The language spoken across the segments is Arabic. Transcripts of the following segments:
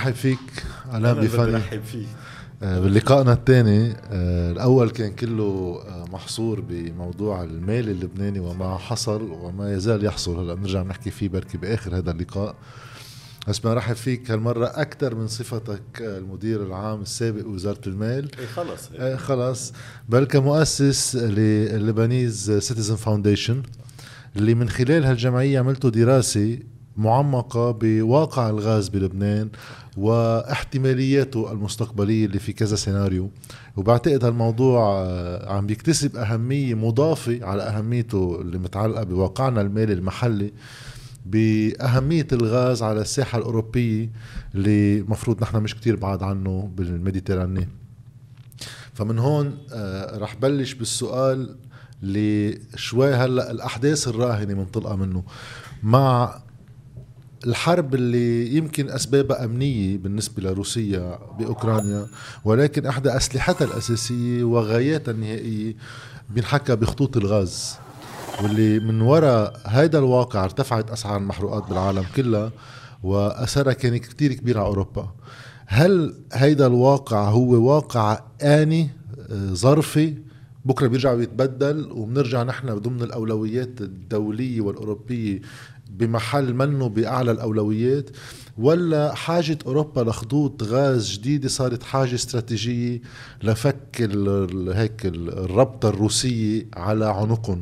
برحب فيك علام بفني. برحب فيك باللقائنا الثاني. الأول كان كله محصور بموضوع المال اللبناني وما حصل وما يزال يحصل. هلأ بنرجع نحكي فيه بركي بآخر هذا اللقاء. بس برحب فيك هالمرة أكثر من صفتك المدير العام السابق وزارة المال. خلاص بل كمؤسس للبنيز سيتيزن فاونديشن، اللي من خلال هالجمعية عملتوا دراسة معمقة بواقع الغاز بلبنان واحتمالياته المستقبلية اللي في كذا سيناريو. وبعتقد هالموضوع عم بيكتسب أهمية مضافة على أهميته اللي متعلقة بواقعنا المالي المحلي، بأهمية الغاز على الساحة الأوروبية اللي مفروض نحن مش كتير بعاد عنه بالميديتراني. فمن هون رح بلش بالسؤال اللي شوي هلأ الأحداث الراهنة منطلقة منه مع الحرب اللي يمكن أسبابها أمنية بالنسبة لروسيا بأوكرانيا، ولكن أحدى أسلحتها الأساسية وغاياتها النهائية بنحكى بخطوط الغاز، واللي من وراء هذا الواقع ارتفعت أسعار المحروقات بالعالم كلها وأثرها كان كتير كبير على أوروبا. هل هذا الواقع هو واقع آني ظرفي بكرة بيرجع ويتبدل وبنرجع نحن ضمن الأولويات الدولية والأوروبية بمحل منه بأعلى الأولويات، ولا حاجة أوروبا لخطوط غاز جديدة صارت حاجة استراتيجية لفك هيك الربطة الروسية على عنقهم؟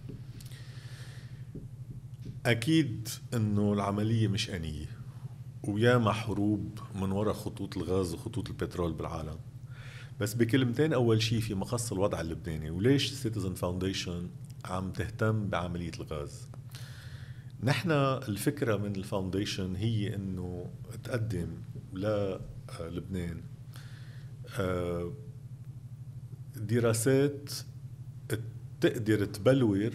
أكيد أنه العملية مش آنية، وياما حروب من وراء خطوط الغاز وخطوط البترول بالعالم. بس بكلمتين، أول شيء في مقص الوضع اللبناني وليش سيتيزن فاونديشن عم تهتم بعملية الغاز. نحن الفكرة من الفاونديشن هي أنه تقدم للبنان دراسات تقدر تبلور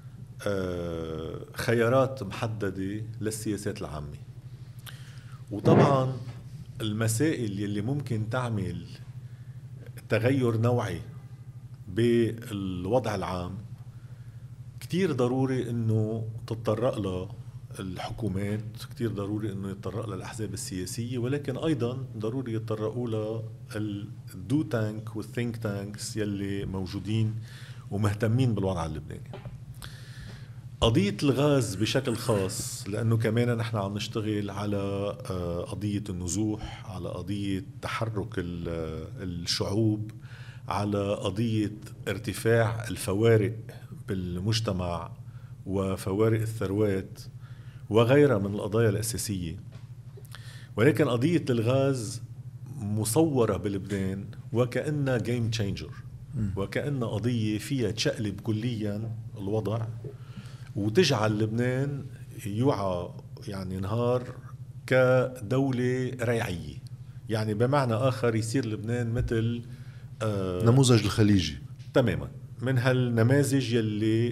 خيارات محددة للسياسات العامة. وطبعا المسائل اللي ممكن تعمل تغير نوعي بالوضع العام كتير ضروري انه تتطرق له الحكومات، كتير ضروري انه يتطرق له الاحزاب السياسيه، ولكن ايضا ضروري يتطرقوا له الدو تانك والثينك تانكس يلي موجودين ومهتمين بالوضع اللبناني. قضيه الغاز بشكل خاص لانه كمان نحن عم نشتغل على قضيه النزوح، على قضيه تحرك الشعوب، على قضيه ارتفاع الفوارق بالمجتمع وفوارق الثروات وغيرها من القضايا الأساسية. ولكن قضية الغاز مصورة بلبنان وكأنها جيم تشينجر، وكأنها قضية فيها تشقلب كليا الوضع وتجعل لبنان يوعى يعني نهار كدولة ريعية. يعني بمعنى آخر يصير لبنان مثل نموذج الخليجي تماما، من هالنماذج يلي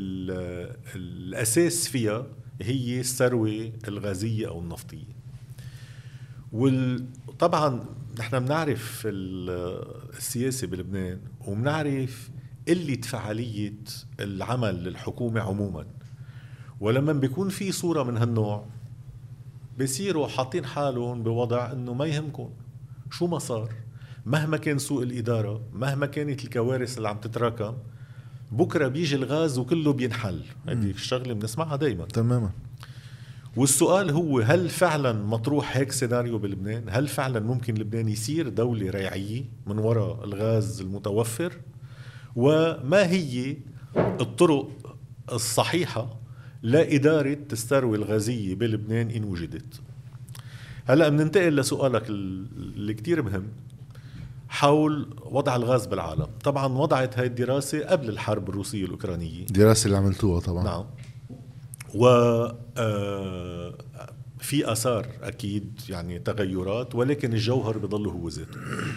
الأساس فيها هي الثروة الغازية أو النفطية. وطبعا نحن بنعرف السياسة بلبنان وبنعرف قلة فعالية العمل للحكومة عموما، ولما بيكون في صورة من هالنوع بيصيروا حاطين حالهم بوضع انه ما يهمكم شو ما صار، مهما كان سوء الإدارة، مهما كانت الكوارث اللي عم تتراكم، بكرة بيجي الغاز وكله بينحل. هذه الشغلة بنسمعها دايما تماما. والسؤال هو هل فعلا مطروح هيك سيناريو بلبنان؟ هل فعلا ممكن لبنان يصير دولة ريعية من وراء الغاز المتوفر؟ وما هي الطرق الصحيحة لإدارة الثروة الغازية بلبنان إن وجدت؟ هلأ بننتقل لسؤالك اللي كتير مهم حول وضع الغاز بالعالم. طبعا وضعت هاي الدراسة قبل الحرب الروسية الأوكرانية، دراسة اللي عملتوها طبعا. نعم. وفي أثار أكيد يعني تغيرات، ولكن الجوهر بيضل هو ذاته.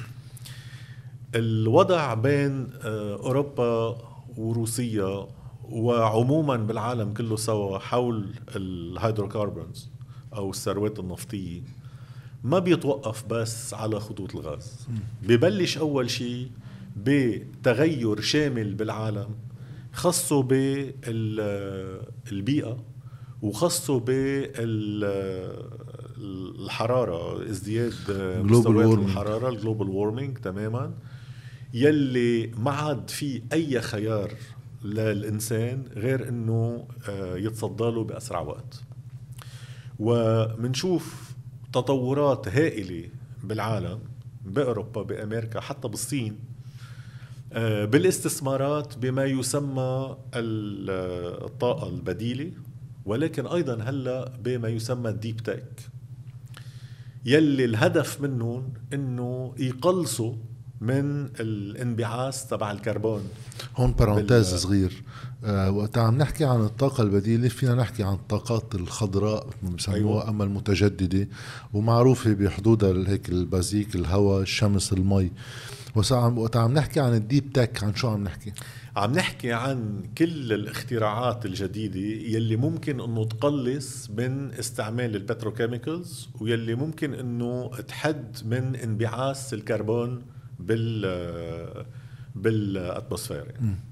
الوضع بين أوروبا وروسيا وعموما بالعالم كله سوا حول الهيدروكاربونز أو الثروات النفطية ما بيتوقف بس على خطوط الغاز. ببلش أول شيء بتغير شامل بالعالم خاصه بالبيئة وخاصه الحرارة، ازدياد Global مستويات warming. الحرارة، الجلوبال وورمينج تماما، يلي ما عاد في أي خيار للإنسان غير أنه يتصدى له بأسرع وقت. ومنشوف تطورات هائلة بالعالم، بأوروبا، بأمريكا، حتى بالصين، بالاستثمارات بما يسمى الطاقة البديلة، ولكن أيضا هلأ بما يسمى الديب تك، يلي الهدف منهم أنه يقلصوا من الانبعاث تبع الكربون. هون بارانتيز صغير، وقت عم نحكي عن الطاقة البديلة فينا نحكي عن الطاقات الخضراء بسموها، أيوة. أما المتجددة ومعروفة بحدودها هيك البازيك، الهواء، الشمس، المي. وقت عم نحكي عن الديب تك، عن شو عم نحكي؟ عم نحكي عن كل الاختراعات الجديدة يلي ممكن انه تقلص من استعمال البتروكيميكالز، ويلي ممكن انه تحد من انبعاث الكربون بالاتموسفير.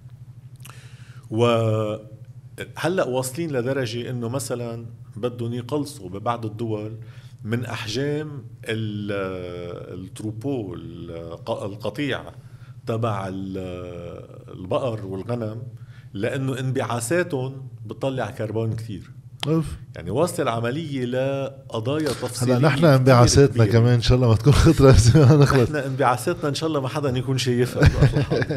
وهلأ واصلين لدرجة انه مثلا بدهم يقلصوا ببعض الدول من احجام التروبو، القطيع تبع البقر والغنم، لانه انبعاثاتهم بتطلع كربون كتير. أوف. يعني واصل العملية لقضايا تفصيلية. هلا نحن انبعاثاتنا كمان ان شاء الله ما تكون خطرة نخلص. نحن انبعاثاتنا ان شاء الله ما حدا يكون شايفها بالوقت الحاضر.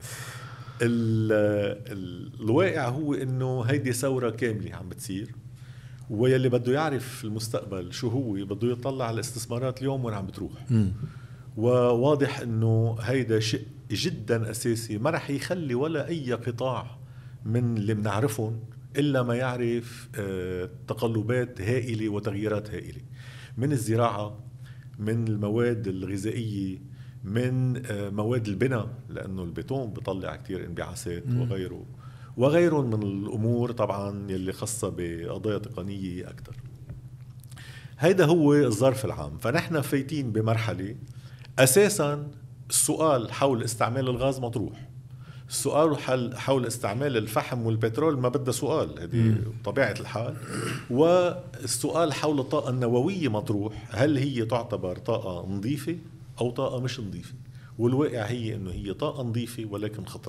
الواقع هو انه هيدي ثورة كاملة عم بتصير، ويلي بده يعرف المستقبل شو هو بده يطلع على الاستثمارات اليوم وين عم بتروح. وواضح انه هيدا شيء جدا اساسي، ما رح يخلي ولا اي قطاع من اللي بنعرفهم الا ما يعرف تقلبات هائلة وتغييرات هائلة، من الزراعة، من المواد الغذائية، من مواد البناء، لانه البتون بيطلع كتير انبعاثات، وغيره من الامور طبعا يلي خاصة بقضايا تقنية اكثر. هيدا هو الظرف العام. فنحن فايتين بمرحلة أساساً السؤال حول استعمال الغاز مطروح، السؤال حول استعمال الفحم والبترول ما بده سؤال، هذه طبيعة الحال. والسؤال حول الطاقة النووية مطروح، هل هي تعتبر طاقة نظيفة أو طاقة مش نظيفة؟ والواقع هي إنه هي طاقة نظيفة ولكن خطرة.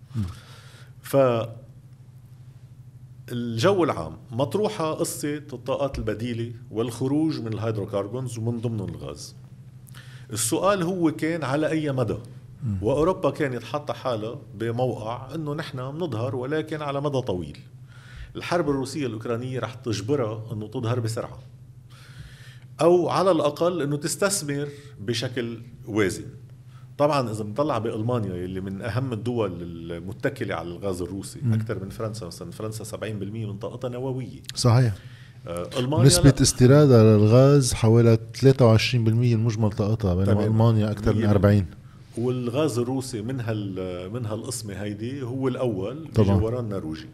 فالجو العام مطروحة قصة الطاقات البديلة والخروج من الهيدروكربونز ومن ضمنهم الغاز. السؤال هو كان على أي مدى؟ وأوروبا كانت حاطة حالها بموقع أنه نحن بنظهر ولكن على مدى طويل. الحرب الروسية الأوكرانية رح تجبرها أنه تظهر بسرعة، أو على الأقل أنه تستثمر بشكل وازن. طبعا إذا بنطلع بألمانيا اللي من أهم الدول المتكلة على الغاز الروسي، أكثر من فرنسا، مثلا فرنسا 70% من طاقتها نووية. صحيح. ألمانيا نسبة استيرادها للغاز حوالي 23% المجمل طاقتها، بينما ألمانيا أكثر من 40. والغاز الروسي من هالقسمة هيدي هو الأول بجوارنا روجي.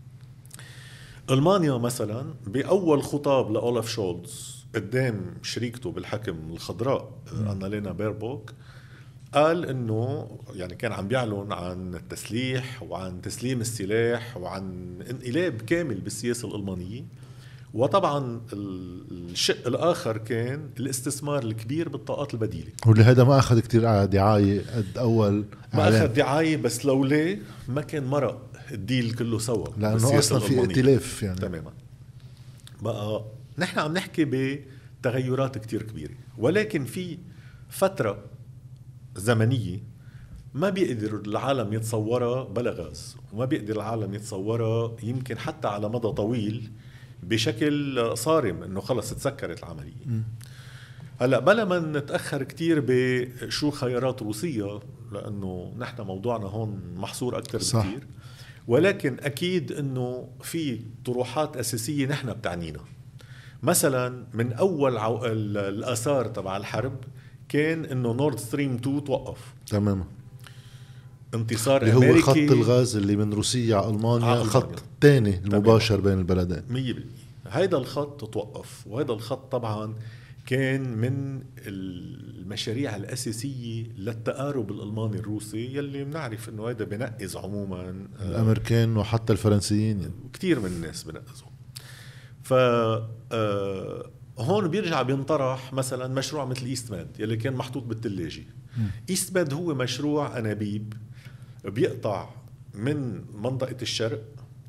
ألمانيا مثلا بأول خطاب لأولف شولتز قدام شريكته بالحكم الخضراء أنالينا بيربوك، قال إنه يعني كان عم بيعلن عن التسليح وعن تسليم السلاح وعن انقلاب كامل بالسياسة الألمانية. وطبعا الشق الآخر كان الاستثمار الكبير بالطاقات البديلة، واللي هذا ما أخذ كتير دعاية قد أول ما أخذ دعاية، بس لوليه ما كان مرق الديل كله سوا، لأنه أصلا في ائتلاف يعني. تماما. بقى نحن عم نحكي بتغيرات كتير كبيرة، ولكن في فترة زمنية ما بيقدر العالم يتصورها بلا غاز، وما بيقدر العالم يتصورها يمكن حتى على مدى طويل بشكل صارم، انه خلص تسكرت العملية. هلأ بلا ما نتأخر كتير بشو خيارات روسية، لأنه نحن موضوعنا هون محصور أكتر بكتير، ولكن أكيد أنه في طروحات أساسية نحن بتعنينا. مثلا من أول الآثار تبع الحرب كان أنه نورد ستريم 2 توقف تماما، انتصار اللي أمريكي، هو خط الغاز اللي من روسيا على ألمانيا، خط تاني المباشر بين البلدين 100%. هيدا الخط توقف، وهيدا الخط طبعا كان من المشاريع الأساسية للتقارب الألماني الروسي، يلي بنعرف إنه هيدا بنقز عموما الأمريكان وحتى الفرنسيين، كتير من الناس بنقزوا. هون بيرجع بينطرح مثلا مشروع مثل ايست ماد يلي كان محطوط بالثلاجة. ايست ماد هو مشروع انابيب بيقطع من منطقة الشرق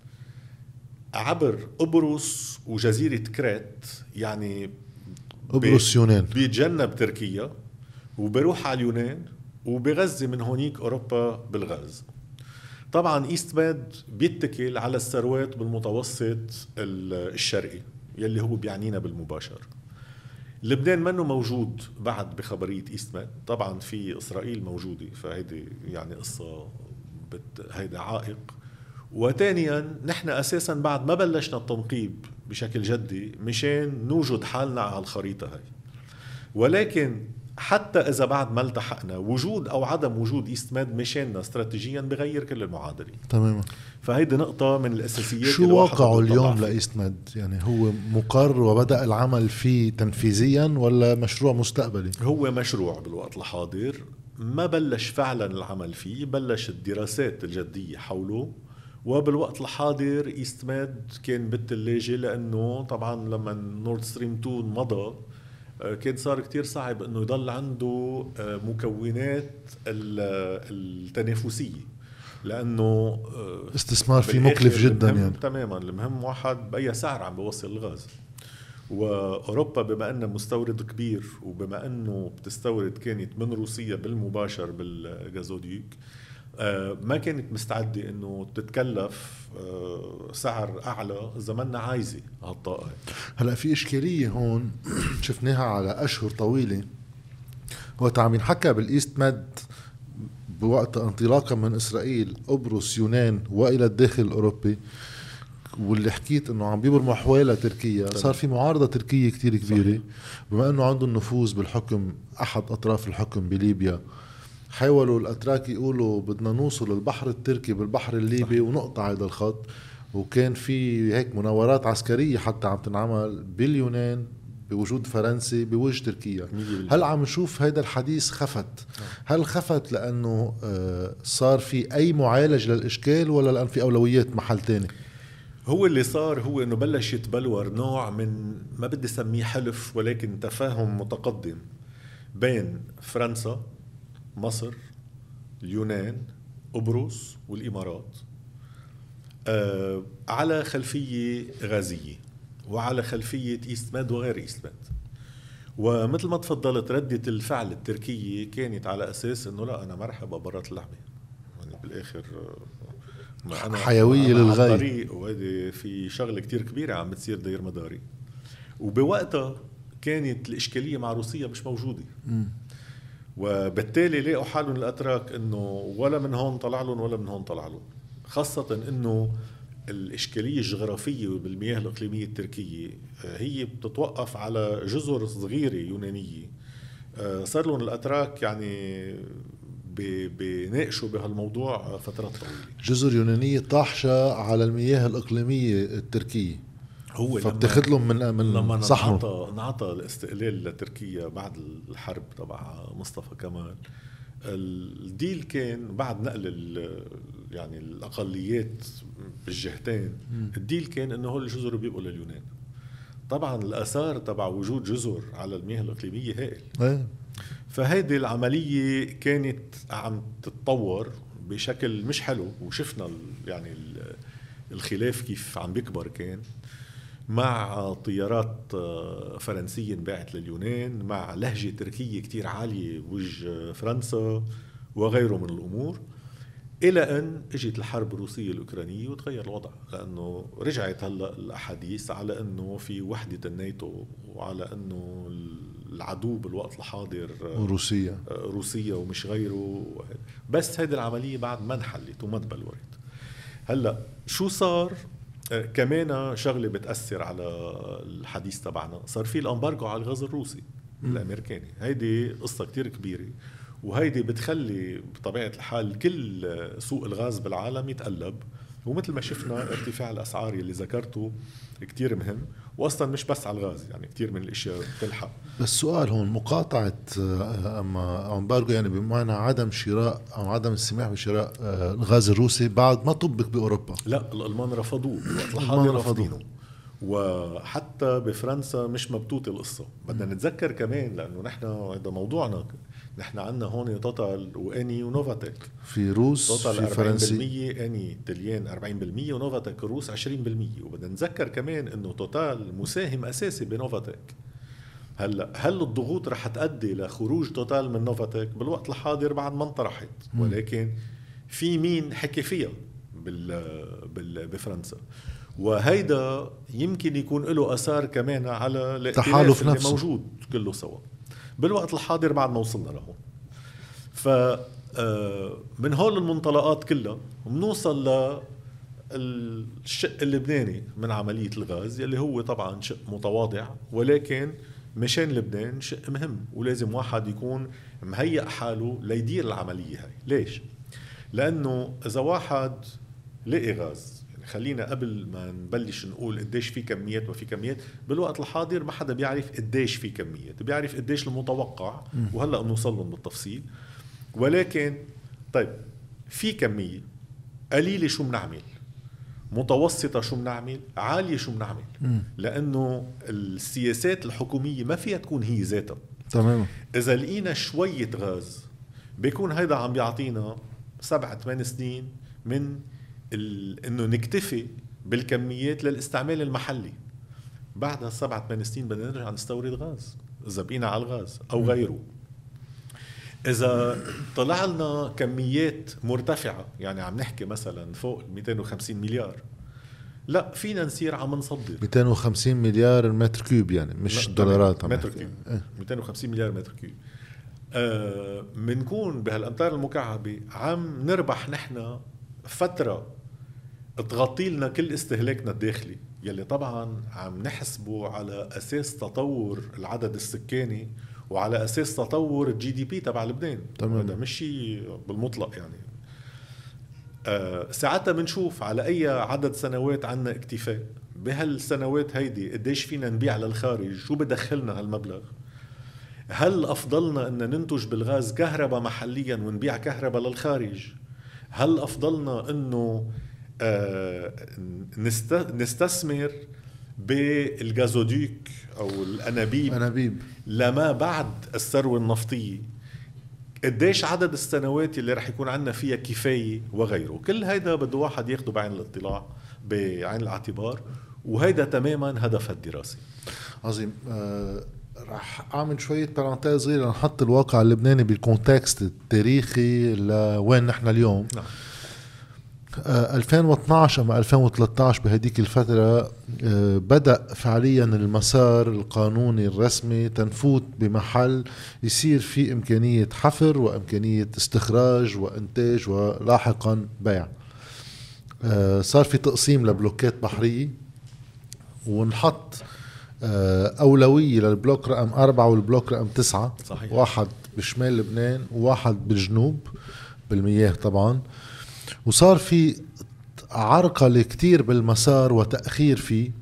عبر قبرص وجزيرة كريت، يعني قبرص يونان، بيتجنب تركيا وبيروح على اليونان وبغذي من هونيك أوروبا بالغاز. طبعا ايست ماد بيتكل على الثروات بالمتوسط الشرقي يلي هو بيعنينا بالمباشر. لبنان منه موجود بعد بخبرية ايست ماد، طبعا في إسرائيل موجودة، فهيدي يعني قصة هيدا عائق. وثانيا نحن أساسا بعد ما بلشنا التنقيب بشكل جدي مشان نوجد حالنا على الخريطة هاي. ولكن حتى إذا بعد ما التحقنا، وجود أو عدم وجود إيست ماد مشاننا استراتيجيا بغير كل المعادلة تماما. فهيدي نقطة من الأساسيات. شو واقعه اليوم لإيست ماد؟ يعني هو مقر وبدأ العمل فيه تنفيذيا ولا مشروع مستقبلي؟ هو مشروع بالوقت الحاضر، ما بلش فعلا العمل فيه، بلش الدراسات الجدية حوله. وبالوقت الحاضر إيست ماد كان بالثلاجة، لأنه طبعا لما نورد ستريم 2 مضى كان صار كتير صعب انه يضل عنده مكونات التنافسية، لانه استثمار فيه مكلف جدا يعني. تماما. المهم واحد بأي سعر عم بوصل الغاز، وأوروبا بما أنه مستورد كبير وبما أنه بتستورد كانت من روسيا بالمباشر بالغازوديك، ما كانت مستعدة انه تتكلف سعر اعلى اذا ما عايزة هالطاقة. هلا في اشكالية هون شفناها على اشهر طويلة، وقت عم ينحكى بالايست ماد بوقت انطلاقا من اسرائيل قبرص يونان والى الداخل الاوروبي، واللي حكيت انه عم بيبرموا حوالي تركيا، صار في معارضة تركية كتير كبيرة. صحيح. بما انه عنده النفوذ بالحكم، احد اطراف الحكم بليبيا، حاولوا الأتراك يقولوا بدنا نوصل للبحر التركي بالبحر الليبي ونقطع هذا الخط. وكان في هيك مناورات عسكرية حتى عم تنعمل باليونان بوجود فرنسي بوجه تركيا. هل عم نشوف هذا الحديث خفت؟ هل خفت لأنه صار في أي معالج للإشكال، ولا لأن في أولويات محل تاني؟ هو اللي صار هو أنه بلش يتبلور نوع من ما بدي سميه حلف، ولكن تفاهم متقدم بين فرنسا، مصر، اليونان، قبرص والإمارات، على خلفية غازية وعلى خلفية إيست ماد وغير إيست ماد. ومثل ما تفضلت، ردة الفعل التركية كانت على أساس أنه لا، أنا مرحبا برات اللعبة، يعني بالآخر أنا حيوية للغاية، وهذه في شغلة كتير كبيرة عم بتصير داير مداري. وبوقتها كانت الإشكالية مع روسيا مش موجودة، وبالتالي لقوا حالهم الأتراك إنه ولا من هون طلع لهم ولا من هون طلع لهم، خاصة إنه الإشكالية الجغرافية بالمياه الإقليمية التركية هي بتتوقف على جزر صغيرة يونانية. صار لهم الأتراك يعني بيناقشوا بهالموضوع فترات طويلة. جزر يونانية طاحشة على المياه الإقليمية التركية، هو فبتاخذ لهم من لما نعطى الاستقلال لتركيا بعد الحرب تبع مصطفى كمال. الديل كان بعد نقل يعني الأقليات بالجهتين، الديل كان إنه هول الجزر بيبقوا لليونان. طبعا الآثار تبع وجود جزر على المياه الإقليمية هائل. فهيدي العملية كانت عم تتطور بشكل مش حلو، وشفنا يعني الخلاف كيف عم بيكبر كان مع طيارات فرنسية انباعت لليونان، مع لهجة تركية كتير عالية بوجه فرنسا وغيره من الأمور، إلى أن اجت الحرب الروسية الأوكرانية وتغير الوضع، لأنه رجعت هلأ الأحاديث على أنه في وحدة الناتو، وعلى أنه العدو بالوقت الحاضر روسيا ومش غيره. بس هذه العملية بعد ما انحلت وما تبلورت. هلأ شو صار؟ كمان شغلة بتأثر على الحديث تبعنا، صار في الأمبارجو على الغاز الروسي الأمريكاني. هيدي قصة كتير كبيرة، وهيدي بتخلي بطبيعة الحال كل سوق الغاز بالعالم يتقلب. ومثل ما شفنا ارتفاع الأسعار اللي ذكرته كتير مهم، وأصلا مش بس على الغاز، يعني كتير من الاشياء بتلحق. بس سؤال هون، مقاطعة أما أمبارجو يعني بمعنى عدم شراء أو عدم السماح بشراء الغاز الروسي بعد ما طبق بأوروبا. لا، الألمان رفضوه بالوقت الحاضر، رفضينه. وحتى بفرنسا مش مبتوطة القصة. بدنا نتذكر كمان لأنه نحن هذا موضوعنا، نحن عنا هون توتال واني ونوفاتك، في روس توتال في فرنسي 40%، اني تليان 40% ونوفاتك روس 20%. وبدنا نتذكر كمان انه توتال مساهم اساسي بنوفاتك. هل الضغوط رح تؤدي لخروج توتال من نوفاتك؟ بالوقت الحاضر بعد ما انطرحت، ولكن في مين حكي فيها بفرنسا، وهيدا يمكن يكون له أثار كمان على التحالف اللي موجود كله سوا بالوقت الحاضر بعد ما وصلنا لهون. من هول المنطلقات كلها بنوصل للشق اللبناني من عملية الغاز، يلي هو طبعا شق متواضع، ولكن مشان لبنان شق مهم، ولازم واحد يكون مهيئ حاله ليدير العملية هاي. ليش؟ لأنه إذا واحد لقي غاز، يعني خلينا قبل ما نبلش نقول قديش في كميات وفي كميات، بالوقت الحاضر ما حدا بيعرف قديش في كميات، بيعرف قديش المتوقع، وهلأ بنوصل لهم بالتفصيل. ولكن طيب في كمية قليلة شو بنعمل؟ متوسطة شو بنعمل؟ عالية شو بنعمل؟ لأنه السياسات الحكومية ما فيها تكون هي ذاتها. تمام. إذا لقينا شوية غاز بيكون هيدا عم بيعطينا 7-8 سنين من إنه نكتفي بالكميات للاستعمال المحلي. بعد 7-8 سنين بدنا نرجع نستورد غاز إذا بقينا على الغاز أو غيره. إذا طلع لنا كميات مرتفعة، يعني عم نحكي مثلا فوق 250 مليار، لا فينا نصير عم نصدر 250 مليار متر كوب، يعني مش دولارات، متر كوب. 250 مليار متر كوب. منكون بهالأمتار المكعبة عم نربح نحن فترة تغطي لنا كل استهلاكنا الداخلي، يلي طبعا عم نحسبه على أساس تطور العدد السكاني وعلى أساس تطور الجي دي بي تبع لبنان. هذا مش شيء بالمطلق يعني. ساعتها بنشوف على أي عدد سنوات عنا اكتفاء بهالسنوات هيدي، قديش فينا نبيع للخارج، شو بدخلنا هالمبلغ. هل أفضلنا أن ننتج بالغاز كهرباء محليا ونبيع كهرباء للخارج؟ هل أفضلنا أنه نستثمر بالغازوديك أو الأنابيب لما بعد الثروة النفطية؟ قديش عدد السنوات اللي رح يكون عنا فيها كفاية وغيره. كل هيدا بده واحد ياخده بعين الاطلاع، بعين الاعتبار، وهيدا تماما هدف الدراسة. عظيم. رح أعمل شوية بارانتيز صغيرة نحط الواقع اللبناني بالكونتكست التاريخي لوين نحن اليوم. 2012 أما 2013 بهديك الفترة بدأ فعليا المسار القانوني الرسمي تنفوت بمحل يصير فيه إمكانية حفر وإمكانية استخراج وإنتاج ولاحقا بيع. صار في تقسيم لبلوكات بحرية، ونحط أولوية للبلوك رقم 4 والبلوك رقم 9. صحيح. واحد بشمال لبنان وواحد بالجنوب بالمياه طبعا. وصار في عرقلة كتير بالمسار وتأخير فيه.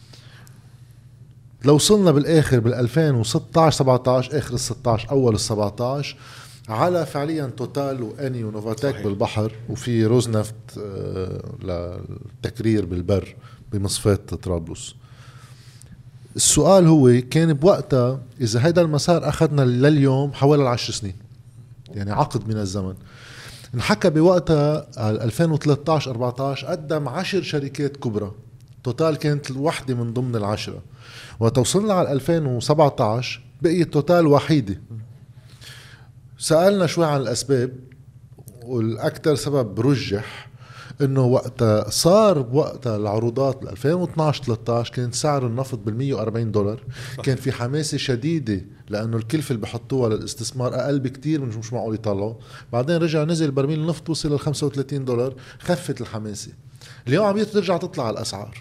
لو وصلنا بالآخر بال2016-17 آخر ال16 أول ال17 على فعليا توتال واني ونوفاتيك صحيح. بالبحر، وفي روزنفت للتكرير بالبر بمصفات طرابلس. السؤال هو كان بوقتها إذا هيدا المسار أخذنا لليوم حوالي 10 سنين، يعني عقد من الزمن. انحكى بوقتها 2013-14 قدم 10 شركات كبرى، توتال كانت الوحدة من ضمن ال10. وتوصلنا على 2017 بقي توتال وحيدة. سألنا شوي عن الأسباب، والأكثر سبب رجح انه وقتها صار بوقتها العروضات 2012-13 كانت سعر النفط $140. كان في حماسة شديدة لانه الكلفة اللي بحطوها للاستثمار اقل بكتير من مش معقول يطلعوا. بعدين رجع نزل برميل النفط وصل $35، خفت الحماسة. اليوم عم ترجع تطلع الاسعار.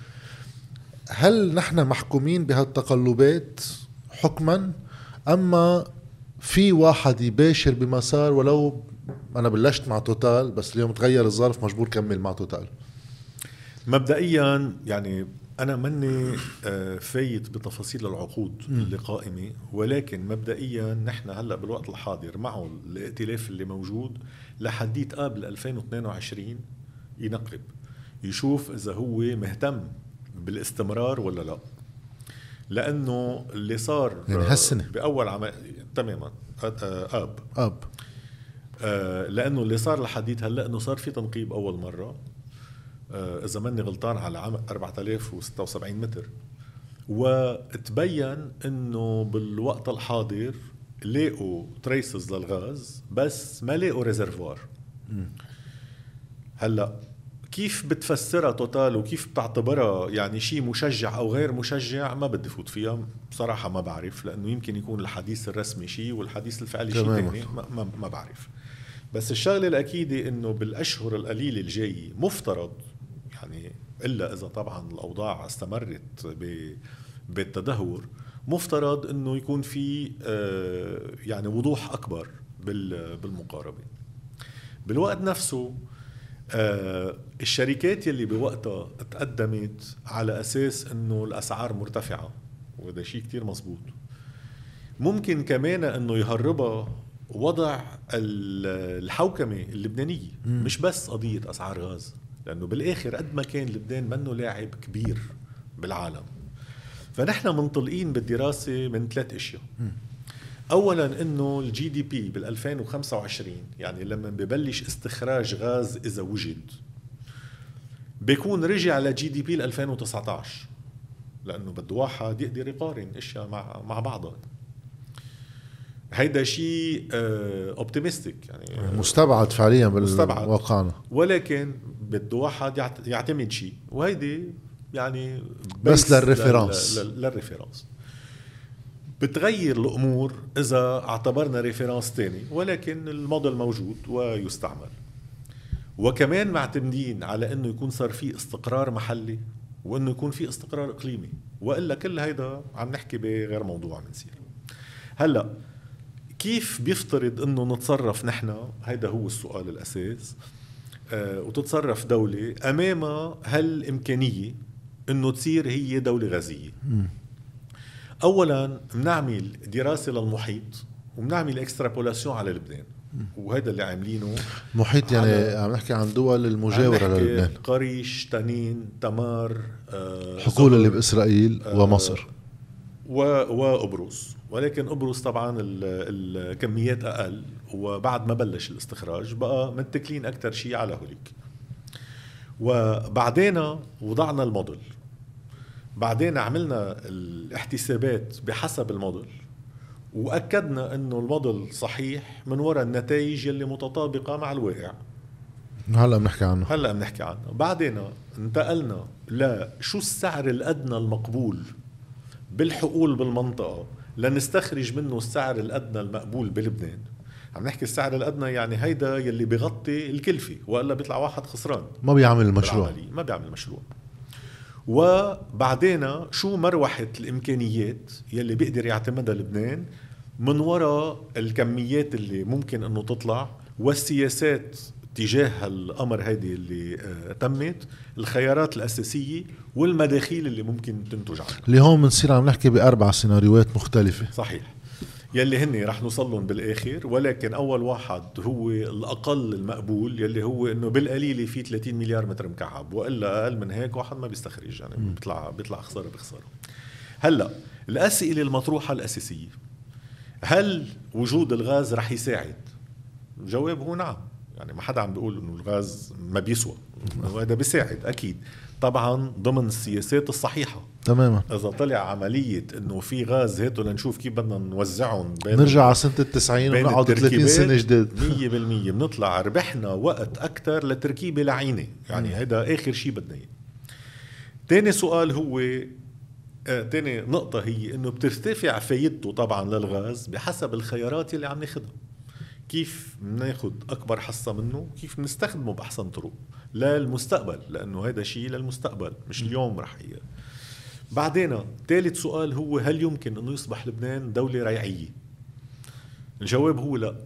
هل نحن محكومين بهالتقلبات حكما، اما في واحد يباشر بمسار؟ ولو أنا بلشت مع توتال بس اليوم تغير الظرف مجبور كمل مع توتال. مبدئيا يعني أنا مني فايت بتفاصيل العقود اللي قائمة، ولكن مبدئيا نحن هلأ بالوقت الحاضر معه الائتلاف اللي موجود لحديت قبل 2022 ينقب يشوف إذا هو مهتم بالاستمرار ولا لا؟ لأنه اللي صار يعني هالسنة بأول عام تماما لأنه اللي صار لحديث هلأ أنه صار في تنقيب أول مرة إذا ماني غلطان على 4076 متر، وتبين أنه بالوقت الحاضر لقوا تريسز للغاز بس ما لقوا ريزرفوار. هلأ كيف بتفسرها توتال وكيف بتعتبرها يعني شيء مشجع أو غير مشجع؟ ما بدي فوت فيها بصراحة، ما بعرف، لأنه يمكن يكون الحديث الرسمي شيء والحديث الفعلي شيء تاني. ما بعرف. بس الشغلة الأكيدة إنه بالأشهر القليلة الجاية مفترض، يعني إلا إذا طبعا الأوضاع استمرت بالتدهور، مفترض إنه يكون في يعني وضوح أكبر بالمقاربة. بالوقت نفسه الشركات يلي بوقتها تقدمت على أساس إنه الأسعار مرتفعة، وهذا شيء كتير مزبوط، ممكن كمان إنه يهربها وضع الحوكمة اللبنانية. مش بس قضية أسعار غاز، لأنه بالآخر قد ما كان لبنان منه لاعب كبير بالعالم. فنحن منطلقين بالدراسة من 3 أشياء. أولا إنه الجي دي بي بال2025، يعني لما ببلش استخراج غاز إذا وجد، بيكون رجع لجي دي بي 2019، لأنه بده واحد يقدر يقارن اشياء مع بعضها. هيدا شيء اوبتيمستيك، يعني مستبعد فعليا بالواقع، ولكن بده واحد يعتمد شيء، وهيدي يعني بس للريفرنس. بتغير الأمور إذا اعتبرنا ريفرنس تاني، ولكن الموديل موجود ويستعمل. وكمان معتمدين على أنه يكون صار فيه استقرار محلي، وأنه يكون فيه استقرار إقليمي، وإلا كل هيدا عم نحكي بغير موضوع منصير. هلأ كيف بيفترض أنه نتصرف نحن؟ هيدا هو السؤال الأساس. وتتصرف دولة أمامها هالإمكانية أنه تصير هي دولة غازية. أولاً بنعمل دراسة للمحيط، وبنعمل اكسترابولاسيون على لبنان، وهذا اللي عاملينه. محيط يعني عم نحكي عن دول المجاورة للبنان، قريش، تنين، تمار، حقول اللي بإسرائيل ومصر وقبرص. ولكن قبرص طبعاً الكميات أقل، وبعد ما بلش الاستخراج بقى متكلين أكتر شيء على هوليك. وبعدين وضعنا الموديل، بعدين عملنا الاحتسابات بحسب الموديل، وأكدنا أنه الموديل صحيح من وراء النتائج اللي متطابقة مع الواقع. هلأ بنحكي عنه. بعدين انتقلنا لشو السعر الأدنى المقبول بالحقول بالمنطقة لنستخرج منه السعر الأدنى المقبول بلبنان. عم نحكي السعر الأدنى، يعني هيدا يلي بيغطي الكلفة، وإلا بيطلع واحد خسران، ما بيعمل المشروع. وبعدين شو مروحة الإمكانيات يلي بيقدر يعتمدها لبنان من وراء الكميات اللي ممكن أنه تطلع، والسياسات تجاه الأمر هيدي اللي تمت، الخيارات الأساسية والمداخيل اللي ممكن تنتج عنها. اللي هون بنصير عم نحكي ب4 سيناريوهات مختلفة. صحيح، يلي هني رح نوصلهم بالآخر، ولكن أول واحد هو الأقل المقبول، يلي هو إنه بالقليل في 30 مليار متر مكعب، وإلا أقل من هيك واحد ما بيستخرج، يعني بيطلع خسارة بخسارة. هلأ الأسئلة المطروحة الأساسية: هل وجود الغاز رح يساعد؟ الجواب هو نعم. يعني ما حدا عم بيقول إنه الغاز ما بيسوى، وهذا بيساعد أكيد، طبعا ضمن السياسات الصحيحة تماما. إذا طلع عملية إنه في غاز هاتو لنشوف كيف بدنا نوزعهم، نرجع على سنة 90 ونقعد 30 سنة جديد 100%، بنطلع ربحنا وقت أكتر لتركيبة لعينة. يعني هذا آخر شيء بدنا إياه. تاني سؤال هو تاني نقطة هي إنه بترتفع فايدته طبعا للغاز بحسب الخيارات اللي عم ناخدها. كيف ناخد أكبر حصة منه، كيف نستخدمه بأحسن طرق للمستقبل، لأنه هذا شيء للمستقبل مش اليوم رح هي. بعدين ثالث سؤال هو: هل يمكن أنه يصبح لبنان دولة ريعية؟ الجواب هو لا.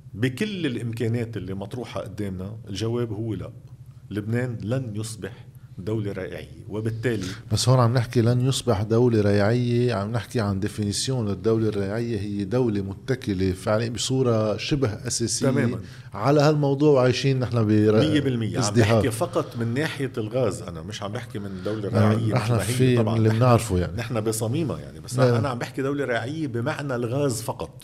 بكل الإمكانات اللي مطروحة قدامنا الجواب هو لا. لبنان لن يصبح دولة رائعية، وبالتالي بس هون عم نحكي لن يصبح دولة ريعية، عم نحكي عن ديفينيسيون للدولة الريعية، هي دولة متكلة فعليا بصورة شبه أساسية تماماً على هالموضوع، وعايشين نحن 100%. عم ازدهار. بحكي فقط من ناحية الغاز، أنا مش عم بحكي من دولة رائعية نحن في طبعا اللي بنعرفه يعني نحن بصميمة يعني، بس أنا عم بحكي دولة رائعية بمعنى الغاز فقط.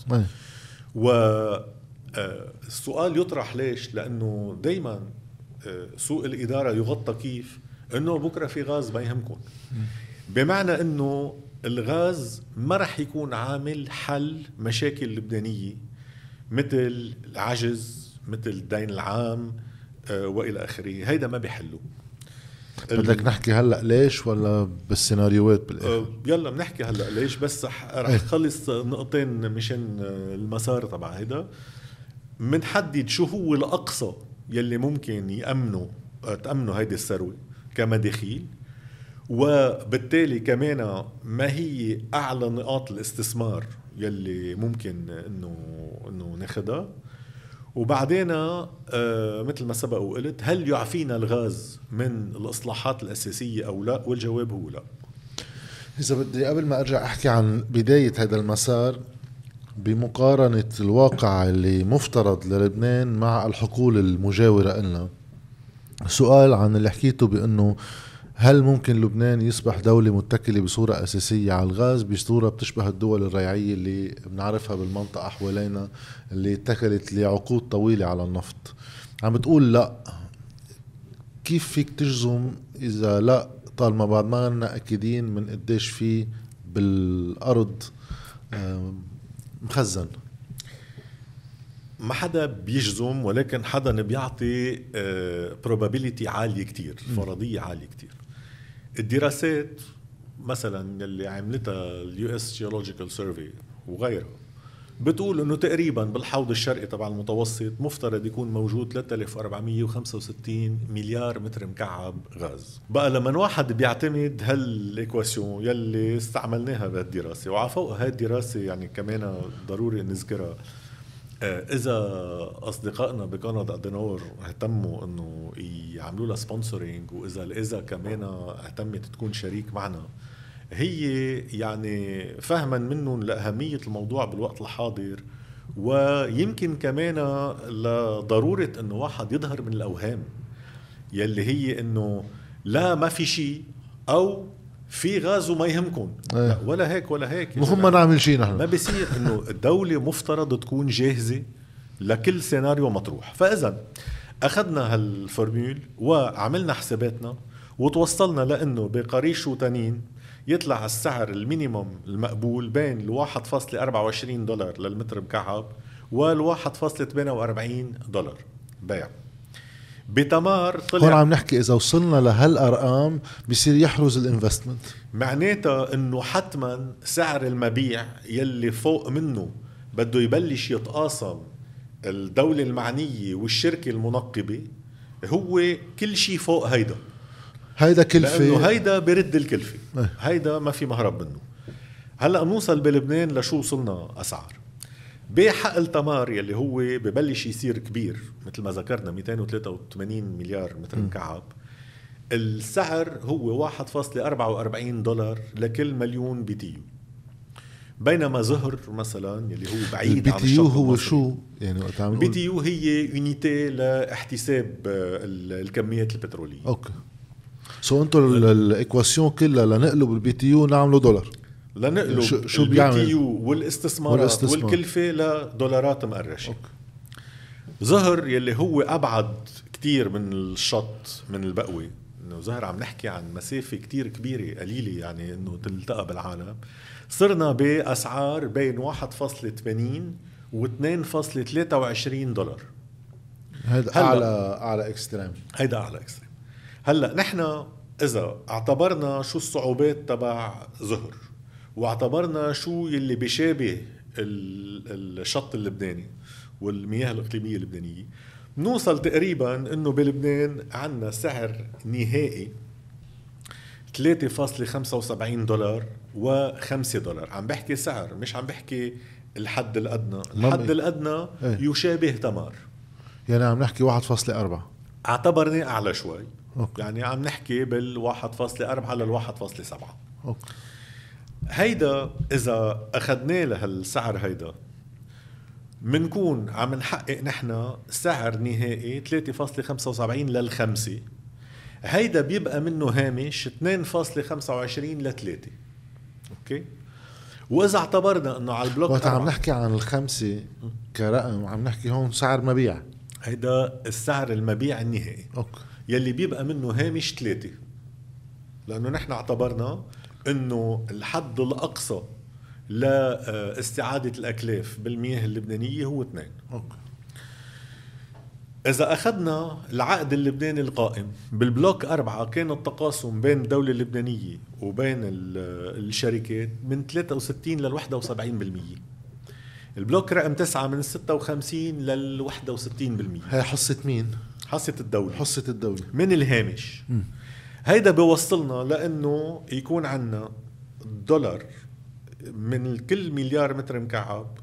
والسؤال يطرح ليش؟ لأنه دايما سوء الإدارة يغطى كيف؟ إنه بكرة في غاز ما يهمكم، بمعنى إنه الغاز ما رح يكون عامل حل مشاكل لبنانية مثل العجز، مثل الدين العام وإلى آخره. هيدا ما بيحلو. بدك نحكي هلأ ليش ولا بالسيناريوهات بالآخر؟ يلا بنحكي هلأ ليش، بس رح خلص نقطين مشان المسار تبع هيدا. منحدد شو هو الأقصى يلي ممكن تأمنوا هيدي الثروة كمداخيل، وبالتالي كمان ما هي أعلى نقاط الاستثمار يلي ممكن إنه ناخدها. وبعدين مثل ما سبق وقلت، هل يعفينا الغاز من الإصلاحات الأساسية أو لا؟ والجواب هو لا. إذا بدي قبل ما أرجع أحكي عن بداية هذا المسار بمقارنة الواقع اللي مفترض للبنان مع الحقول المجاورة لنا، سؤال عن اللي حكيته بأنه هل ممكن لبنان يصبح دولة متكلة بصورة أساسية على الغاز بصورة بتشبه الدول الريعية اللي بنعرفها بالمنطقة حوالينا اللي اتكلت لعقود طويلة على النفط؟ عم بتقول لا. كيف فيك تجزم إذا لا طالما بعد ما لنا أكيدين من قديش فيه بالأرض مخزن؟ ما حدا بيجزم، ولكن حدا بيعطي probability عالية كتير، فرضية عالية كتير. الدراسات مثلا اللي عملتها US Geological Survey وغيرها بتقول انه تقريبا بالحوض الشرقي تبع المتوسط مفترض يكون موجود 3465 مليار متر مكعب غاز. بقى لما واحد بيعتمد هالايكواسيون يلي استعملناها بهالدراسة، وعفوق هاي الدراسة يعني كمان ضروري نذكرها، إذا أصدقائنا بكندا أدنور اهتموا إنه يعملوا لها سبونسورينج، وإذا كمان اهتمت تكون شريك معنا، هي يعني فهما منهم لأهمية الموضوع بالوقت الحاضر، ويمكن كمان لضرورة إنه واحد يظهر من الأوهام يلي هي إنه لا ما في شيء أو في غاز وما يهمكم. لا ولا هيك ولا هيك، وهم نعمل شيء نحن. ما بيصير. انه الدولة مفترض تكون جاهزة لكل سيناريو مطروح. فاذا اخذنا هالفورمول وعملنا حساباتنا وتوصلنا لانه بقريش وتنين يطلع السعر المينيموم المقبول بين $1.24 للمتر مكعب $1.48 بيع. بتمار طلع هون عم نحكي إذا وصلنا لهالأرقام بيصير يحرز الانفستمنت، معناتها إنه حتما سعر المبيع يلي فوق منه بده يبلش يتقاسم الدولة المعنية والشركة المنقبة، هو كل شيء فوق هيدا كلفة، لأنه هيدا برد الكلفة. هيدا ما في مهرب منه. هلأ نوصل بلبنان لشو وصلنا أسعار بحقل تمار يلي هو ببلش يصير كبير مثل ما ذكرنا 283 مليار متر مكعب. السعر هو $1.44 لكل مليون BTU، بينما زهر مثلا يلي هو بعيد عن الشط المصري. هو شو يعني وقت عم نقول BTU هي يونيتي لاحتساب الكميات البترولية. اوكي سو انتو الايكواسيون كلها لنقلب الBTU نعمله دولار، لنقلب شو الBTU والاستثمارات والكلفة لدولارات مقرشة. أوكي. زهر يلي هو أبعد كتير من الشط من البقوة، إنه زهر عم نحكي عن مسافة كتير كبيرة قليلة يعني إنه تلتقى بالعالم، صرنا بأسعار بين 1.80 و $2.23. هيدا أعلى إكستريم. هيدا أعلى إكستريم. هلأ نحن إذا اعتبرنا شو الصعوبات تبع زهر واعتبرنا شو يلي بيشابه الشط اللبناني والمياه الإقليمية اللبنانية، نوصل تقريبا إنه بلبنان عنا سعر نهائي $3.75 و$5. عم بحكي سعر، مش عم بحكي الحد الأدنى. الحد الأدنى يشابه تمار، يعني عم نحكي 1.4. اعتبرني أعلى شوي أوكي. يعني عم نحكي بال1.4 لل1.7. أوكي. هيدا إذا أخذناه لهالسعر هيدا منكون عم نحقق نحن سعر نهائي 3.75 لل5. هيدا بيبقى منه هامش 2.25 ل3. أوكي. وإذا اعتبرنا أنه على البلوك وقت عم نحكي عن الخمسة كرقم عم نحكي هون سعر مبيع. هيدا السعر المبيع النهائي. أوكي. يلي بيبقى منه هامش 3، لأنه نحن اعتبرنا أنه الحد الأقصى لاستعادة الأكلاف بالمياه اللبنانية هو 2. أوكي. إذا أخذنا العقد اللبناني القائم بالبلوك 4 كان التقاسم بين الدولة اللبنانية وبين الشركات من 63 لل 71%. البلوك رقم 9 من 56 لل 61%. هي حصة مين؟ حصة الدولة. حصة الدولة من الهامش. هيدا بيوصلنا لأنه يكون عنا دولار من كل مليار متر مكعب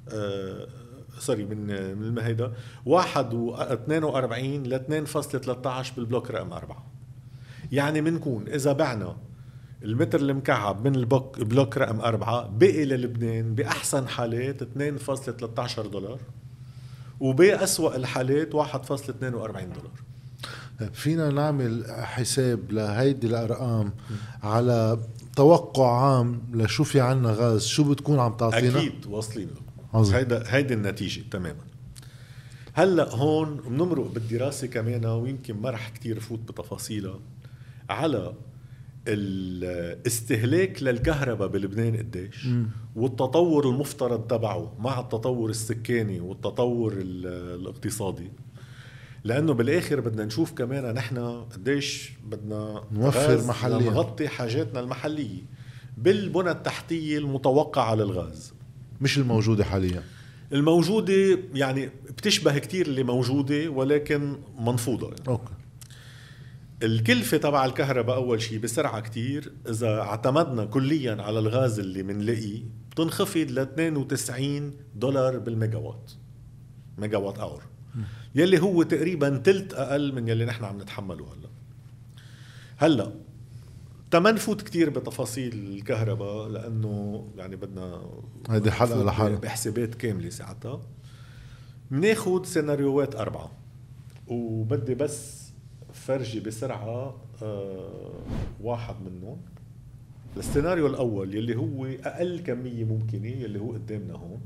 من المهيدا 1.42 ل 2.13 بالبلوك رقم 4. يعني منكون إذا بعنا المتر المكعب من البلوك رقم 4 بقي للبنان بأحسن حالات 2.13 دولار وبأسوأ الحالات 1.42 دولار. فينا نعمل حساب لهيدي الأرقام على توقع عام لشو في عنا غاز شو بتكون عم تعطينا؟ أكيد واصلين له. هيدي النتيجة تماما. هلأ هون بنمرق بالدراسة كمان ويمكن ما رح كتير فوت بتفاصيلها على الاستهلاك للكهرباء بلبنان قديش والتطور المفترض تبعه مع التطور السكاني والتطور الاقتصادي، لأنه بالآخر بدنا نشوف كمان نحن قديش بدنا نوفر محليا نغطي حاجاتنا المحلية بالبنى التحتية المتوقعة للغاز، مش الموجودة حاليا. الموجودة يعني بتشبه كتير اللي موجودة ولكن منفوضة يعني. أوكي. الكلفة تبع الكهرباء أول شيء بسرعة كتير إذا اعتمدنا كليا على الغاز اللي منلاقيه بتنخفض ل 92 دولار بالميجاوات، ميجاوات أور، يلي هو تقريبا تلت أقل من يلي نحن عم نتحمله هلأ تمن فوت كتير بتفاصيل الكهرباء لأنه يعني بدنا هيدي حلقة لحالها بحسابات كاملة ساعتها. مناخد سيناريوهات 4 وبدي بس فرجي بسرعة واحد منهم. السيناريو الأول يلي هو أقل كمية ممكنة يلي هو قدامنا هون،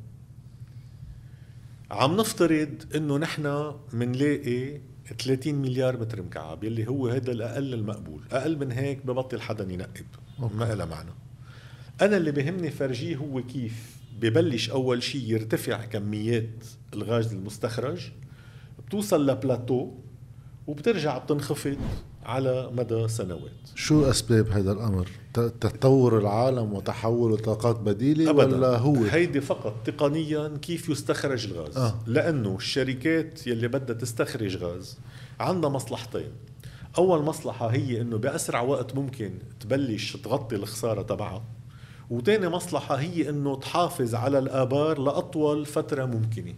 عم نفترض إنه نحن منلاقي 30 مليار متر مكعب يلي هو هذا الأقل المقبول. أقل من هيك ببطل حدا ينقب، ما إله معنى. أنا اللي بهمني فرجيه هو كيف ببلش أول شيء يرتفع كميات الغاز المستخرج، بتوصل لبلاتو وبترجع بتنخفض على مدى سنوات. شو أسباب هذا الأمر؟ تطور العالم وتحول طاقات بديلة أبداً. ولا هو هيدي فقط تقنيا كيف يستخرج الغاز؟ لأنه الشركات يلي بدها تستخرج غاز عندها مصلحتين. أول مصلحة هي إنه بأسرع وقت ممكن تبلش تغطي الخسارة تبعها، وتاني مصلحة هي إنه تحافظ على الآبار لأطول فترة ممكنة.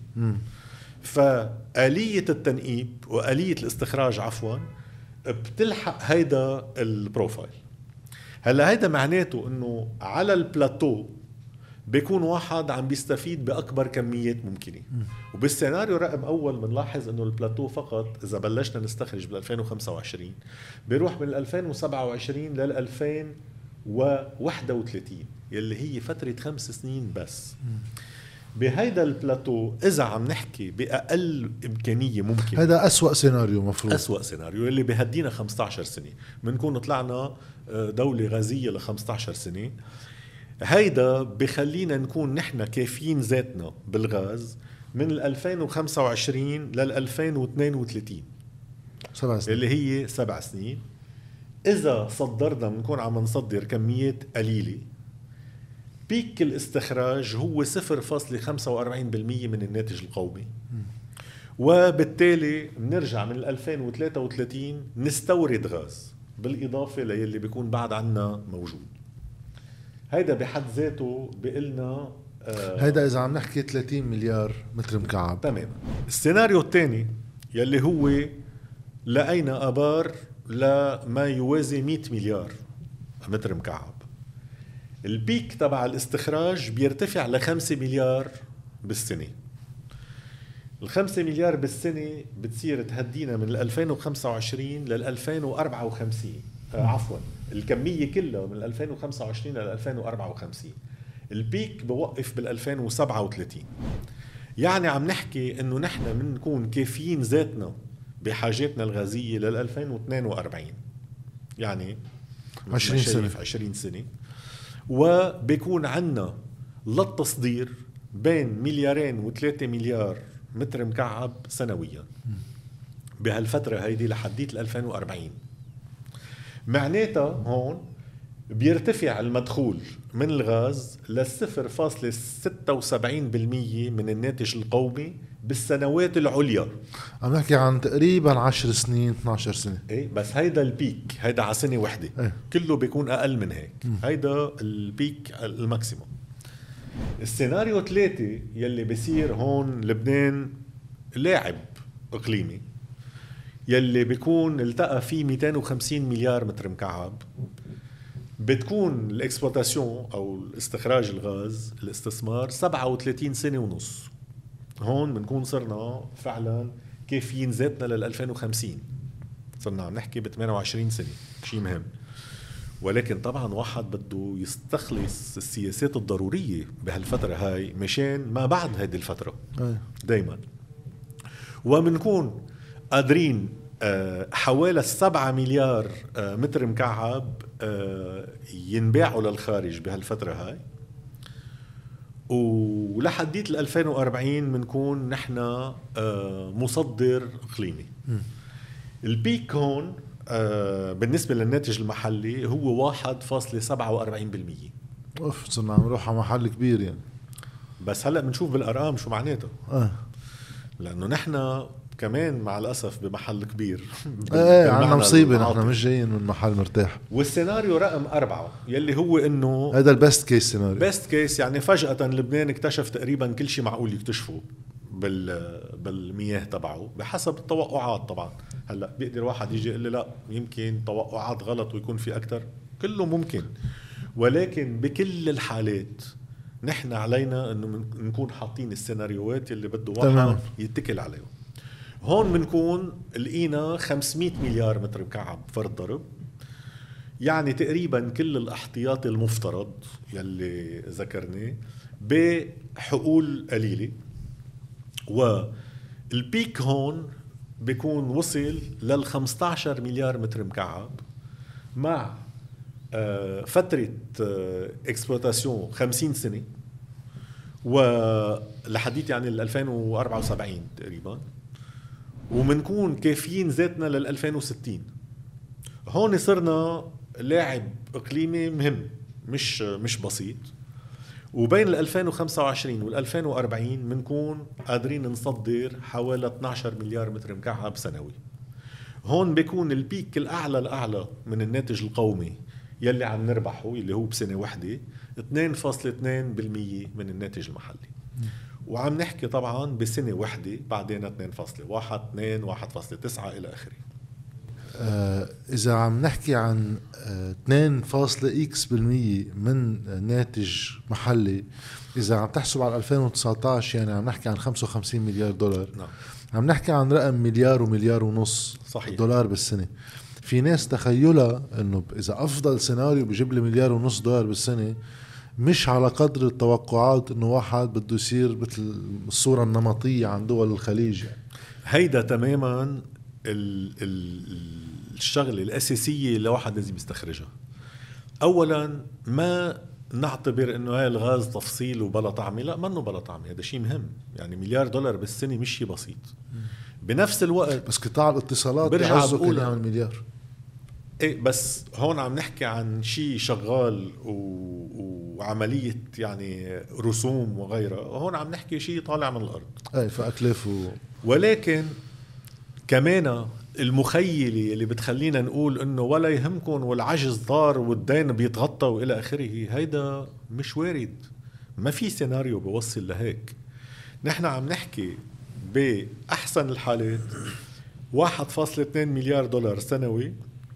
فآلية التنقيب وآلية الاستخراج عفواً بتلحق هيدا البروفايل. هلا هيدا معناته انه على البلاتو بيكون واحد عم بيستفيد باكبر كميات ممكنه. وبالسيناريو رقم اول بنلاحظ انه البلاتو فقط اذا بلشنا نستخرج بال 2025 بيروح من 2027 لل 2031 يلي هي فتره 5 سنين بس. بهيدا البلاتو إذا عم نحكي بأقل إمكانية ممكن، هذا أسوأ سيناريو مفروض، أسوأ سيناريو اللي بيهدينا 15 سنة منكون طلعنا دولة غازية ل 15 سنة. هيدا بخلينا نكون نحن كافيين ذاتنا بالغاز من 2025 لل 2032 7 سنين اللي هي 7 سنين. إذا صدرنا بنكون عم نصدر كميات قليلة، بيك الاستخراج هو 0.45% من الناتج القومي، وبالتالي بنرجع من 2033 نستورد غاز بالإضافة للي بيكون بعد عنا موجود. هيدا بحد ذاته بقلنا هيدا إذا عم نحكي 30 مليار متر مكعب. تمام. السيناريو الثاني يلي هو لقينا آبار لما يوازي 100 مليار متر مكعب. البيك تبع الاستخراج بيرتفع ل5 مليار بالسنة. ال5 مليار بالسنة بتصير تهدينا من 2025 لل 2054. عفوا الكمية كلها من 2025 لل 2054. البيك بوقف بال 2037. يعني عم نحكي انه نحن بنكون كافيين ذاتنا بحاجاتنا الغازية لل 2042. يعني 20 سنة. 20 سنة. وبيكون عنا للتصدير بين 2 و3 مليار متر مكعب سنويا بهالفترة هيدي لحديت 2040. معناتها هون بيرتفع المدخول من الغاز ل 0.76% من الناتج القومي بالسنوات العليا. عم نحكي عن تقريبا 10 سنين 12 سنة. ايه بس هيدا البيك، هيدا على سنة وحدة. إيه؟ كله بيكون أقل من هيك. هيدا البيك الماكسيموم. السيناريو 3 يلي بيصير هون لبنان لاعب إقليمي يلي بيكون التقى فيه 250 مليار متر مكعب، بتكون الاكسبلواتاسيون او استخراج الغاز الاستثمار 37 سنة ونص. هون بنكون صرنا فعلا كافيين ذاتنا لل 2050. صرنا عم نحكي ب 28 سنة، شيء مهم. ولكن طبعا واحد بده يستخلص السياسات الضرورية بهالفترة هاي مشان ما بعد هيدي الفترة دايما. ومنكون قادرين حوالي 7 مليار متر مكعب ينباعوا للخارج بهالفترة هاي. ولحديت 2040 منكون نحن مصدر إقليمي. البيك هون بالنسبة للناتج المحلي هو 1.47%. اوف صرنا عم نروح على محل كبير يعني. بس هلأ بنشوف بالأرقام شو معناته. لأنه نحن كمان مع الأسف بمحل كبير. عنا مصيبة، نحن مش جايين من محل مرتاح. والسيناريو رقم 4 يلي هو إنه هذا البست كيس سيناريو. بست كيس يعني فجأة لبنان اكتشف تقريبا كل شيء معقول يكتشفه بالمياه تبعه بحسب التوقعات. طبعا هلا بيقدر واحد يجي يقول لي لا يمكن توقعات غلط ويكون في أكتر، كله ممكن. ولكن بكل الحالات نحن علينا إنه نكون حاطين السيناريوهات اللي بده واحد يتكل عليهم. هون بنكون لقينا 500 مليار متر مكعب فرد ضرب، يعني تقريبا كل الاحتياطي المفترض يلي ذكرناه بحقول قليلة. والبيك هون بيكون وصل لل 15 مليار متر مكعب مع فترة اكسبلواتاسيون 50 سنة ولحديت يعني 2074 تقريبا. ومنكون كافيين ذاتنا لل 2060. هون صرنا لاعب إقليمي مهم مش بسيط. وبين ال 2025 وال 2040 منكون قادرين نصدر حوالي 12 مليار متر مكعب سنوي. هون بيكون البيك الأعلى من الناتج القومي يلي عم نربحه اللي هو بسنة واحدة 2.2% من الناتج المحلي. وعم نحكي طبعا بسنة واحدة بعدين 2.1 2 1.9 إلى آخره. إذا عم نحكي عن 2.x% من ناتج محلي، إذا عم تحسب على 2019 يعني عم نحكي عن 55 مليار دولار. نعم. عم نحكي عن رقم مليار ومليار ونص صحيح. دولار بالسنة. في ناس تخيلها إنه إذا أفضل سيناريو بيجيب لي مليار ونص دولار بالسنة، مش على قدر التوقعات إنه واحد بده يصير مثل الصورة النمطية عن دول الخليج يعني. هيدا تماما الشغلة الأساسية اللي واحد لازم يستخرجها. أولا ما نعتبر إنه هاي الغاز تفصيل وبلا طعمة، لا منه بلا طعمة، هذا شيء مهم. يعني مليار دولار بالسنة مش شيء بسيط. بنفس الوقت بس قطاع الاتصالات برجع بقول يعمل مليار. ايه بس هون عم نحكي عن شيء شغال وعملية يعني رسوم وغيرها. هون عم نحكي شيء طالع من الأرض. ايه فأكلف ولكن كمان المخيلة اللي بتخلينا نقول انه ولا يهمكن والعجز ضار والدين بيتغطى والى اخره، هيدا مش وارد. ما في سيناريو بوصل لهيك. نحن عم نحكي بأحسن الحالات 1.2 مليار دولار سنوي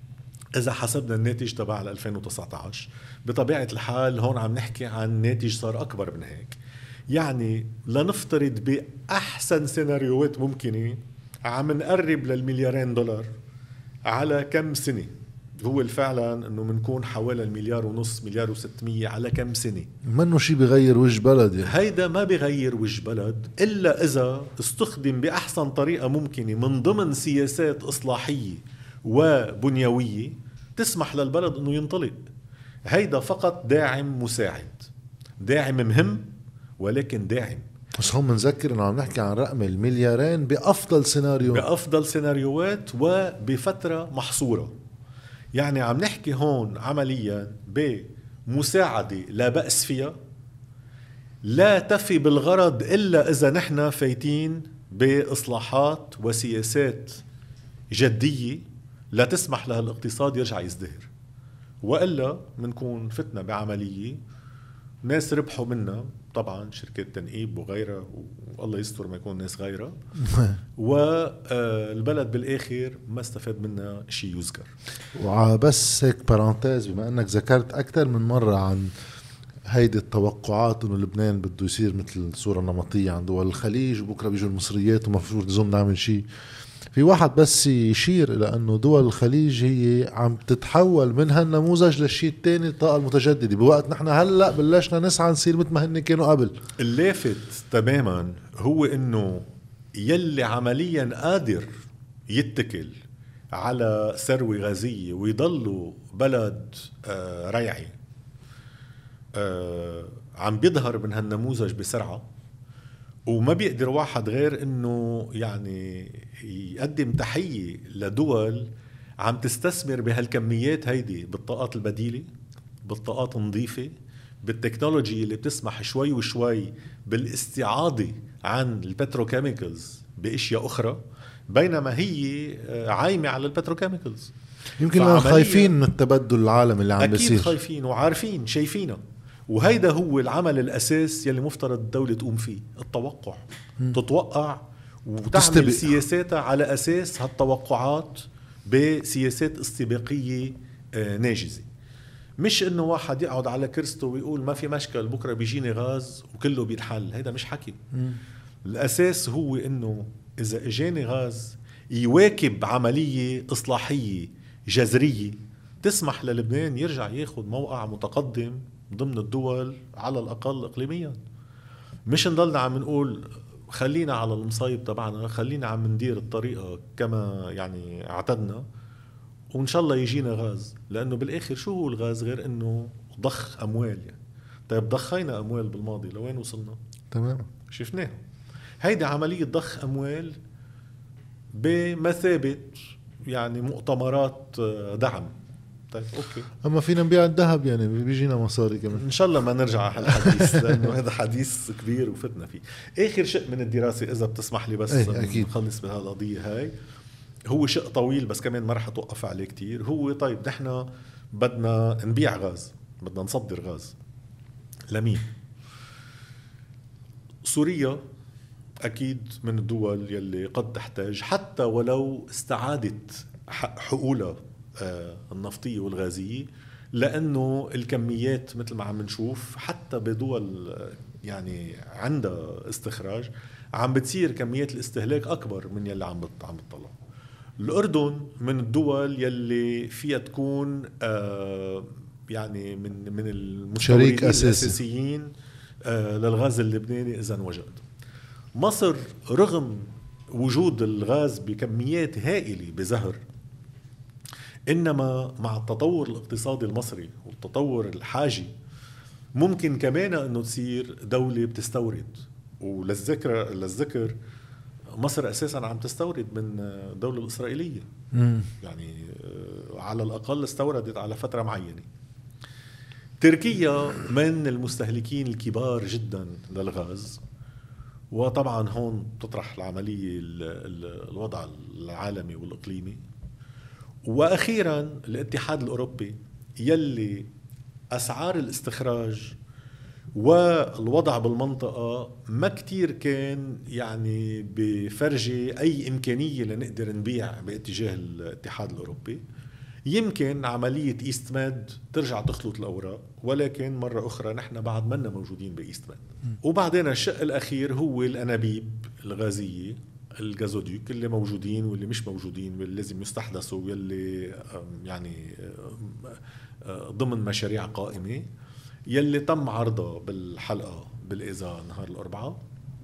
إذا حسبنا الناتج تبع 2019. بطبيعة الحال هون عم نحكي عن ناتج صار أكبر من هيك. يعني لنفترض بأحسن سيناريوهات ممكنة عم نقرب للمليارين دولار على كم سنة. هو فعلا انه منكون حوالي المليار ونص، مليار و600 على كم سنة. منه شيء بغير وجه بلد يعني. هيدا ما بغير وجه بلد إلا إذا استخدم بأحسن طريقة ممكنة من ضمن سياسات إصلاحية وبنيوية تسمح للبلد انه ينطلق. هيدا فقط داعم مساعد، داعم مهم ولكن داعم. بس هم نذكر انه عم نحكي عن رقم المليارين بأفضل سيناريو، بأفضل سيناريوهات وبفترة محصورة. يعني عم نحكي هون عمليا بمساعدة لا بأس فيها، لا تفي بالغرض إلا إذا نحن فايتين بإصلاحات وسياسات جدية لا تسمح لها الاقتصاد يرجع يزدهر، وإلا منكون فتنا بعملية ناس ربحوا منها، طبعا شركات تنقيب وغيرها، والله يستر ما يكون ناس غيرها والبلد بالآخر ما استفاد منها شيء يذكر. وبس هيك بارانتيز، بما أنك ذكرت أكثر من مرة عن هيدي التوقعات انه لبنان بده يصير مثل الصورة النمطية عن دول الخليج، وبكرة بيجوا المصريات ومفروض لازم نعمل شيء، في واحد بس يشير إلى أنه دول الخليج هي عم تتحول من هالنموذج للشيء الثاني، الطاقة المتجددة، بوقت نحن هلأ بلشنا نسعى نصير مثل ما هن كانوا قبل. اللافت تماما هو أنه يلي عمليا قادر يتكل على ثروة غازية ويضلوا بلد ريعي عم بيظهر من هالنموذج بسرعة، وما بيقدر واحد غير انه يعني يقدم تحية لدول عم تستثمر بهالكميات هيدي بالطاقات البديلة، بالطاقات النظيفة، بالتكنولوجي اللي بتسمح شوي وشوي بالاستعاضة عن البتروكيميكلز باشياء اخرى، بينما هي عايمة على البتروكيميكلز. يمكن خايفين من التبدل العالمي اللي عم بيصير. اكيد خايفين وعارفين شايفينه، وهيدا هو العمل الأساس يلي مفترض الدولة تقوم فيه، التوقع. تتوقع وتعمل سياساتها على أساس هالتوقعات بسياسات استباقية ناجزة. مش إنه واحد يقعد على كرسته ويقول ما في مشكل بكرة بيجيني غاز وكله بيتحل. هيدا مش حكي. الأساس هو إنه إذا إجاني غاز يواكب عملية إصلاحية جذرية تسمح للبنان يرجع ياخد موقع متقدم ضمن الدول على الأقل إقليميا. مش نضلنا عم نقول خلينا على المصايب تبعنا، خلينا عم ندير الطريقة كما يعني اعتدنا وإن شاء الله يجينا غاز. لأنه بالآخر شو هو الغاز غير إنه ضخ أموال يعني. طيب ضخينا أموال بالماضي، لوين وصلنا؟ تمام، شفناه. هيدا عملية ضخ أموال بمثابة يعني مؤتمرات دعم. طيب اوكي، اما فينا نبيع الذهب يعني بيجينا مصاري كمان. ان شاء الله ما نرجع على الحديث لانه هذا حديث كبير وفتنا فيه. اخر شيء من الدراسه اذا بتسمح لي بس نخلص بهالقضيه هاي، هو شيء طويل بس كمان ما رح اتوقف عليه كتير. هو طيب نحن بدنا نبيع غاز، بدنا نصدر غاز لمين؟ سوريا اكيد من الدول يلي قد تحتاج حتى ولو استعادت حقولها النفطية والغازية، لأنه الكميات مثل ما عم نشوف حتى بدول يعني عندها استخراج عم بتصير كميات الاستهلاك أكبر من يلي عم بتطلع. الأردن من الدول يلي فيها تكون يعني من المشاركين الأساسيين للغاز اللبناني إذا وجد. مصر رغم وجود الغاز بكميات هائلة بزهر، إنما مع التطور الاقتصادي المصري والتطور الحاجي ممكن كمان أنه تصير دولة بتستورد. وللذكر مصر أساسا عم تستورد من الدولة الإسرائيلية. يعني على الأقل استوردت على فترة معينة. تركيا من المستهلكين الكبار جدا للغاز، وطبعا هون تطرح العملية الوضع العالمي والإقليمي. وأخيرا الاتحاد الأوروبي يلي أسعار الاستخراج والوضع بالمنطقة ما كتير كان يعني بفرجي أي إمكانية لنقدر نبيع باتجاه الاتحاد الأوروبي، يمكن عملية إيست ماد ترجع تخلط الأوراق، ولكن مرة أخرى نحن بعد منا موجودين بإيست ماد. وبعدين الشق الأخير هو الأنابيب الغازية الجازوديك اللي موجودين واللي مش موجودين واللي لازم يستحدثوا واللي يعني ضمن مشاريع قائمة يلي تم عرضها بالحلقة بالإذاعة نهار الأربعاء،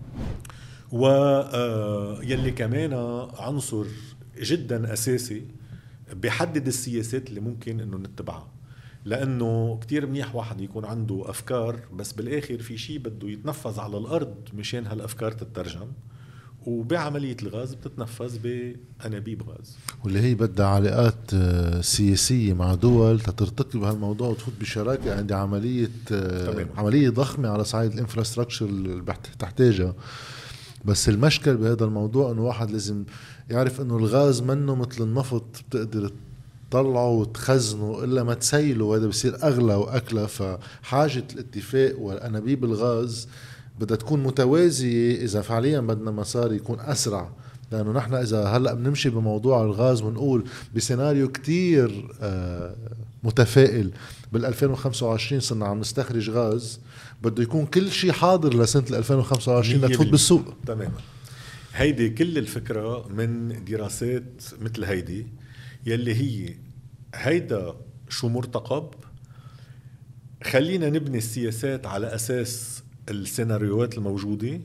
ويلي كمان عنصر جدا أساسي بيحدد السياسات اللي ممكن إنه نتبعها. لأنه كتير منيح واحد يكون عنده أفكار بس بالآخر في شيء بده يتنفذ على الأرض مشان هالأفكار تترجم، وبعملية الغاز بتتنفذ بأنابيب غاز، واللي هي بدها علاقات سياسية مع دول تترتقي بهالموضوع وتفوت بشراكة عند عملية ضخمة على صعيد الانفراستراكشر اللي تحتاجها. بس المشكل بهذا الموضوع انه واحد لازم يعرف انه الغاز منه مثل النفط بتقدر تطلعه وتخزنه الا ما تسيله، وهذا بصير اغلى واكلف. فحاجة الاتفاق والانابيب الغاز بدها تكون متوازية إذا فعليا بدنا مسار يكون أسرع. لأنه نحن إذا هلأ بنمشي بموضوع الغاز ونقول بسيناريو كتير متفائل بال2025 صرنا عم نستخرج غاز، بده يكون كل شيء حاضر لسنة 2025 لتفوت بالسوق. تماما. هيدي كل الفكرة من دراسات مثل هيدي يلي هي هيدا شو مرتقب، خلينا نبني السياسات على أساس السيناريوهات الموجودة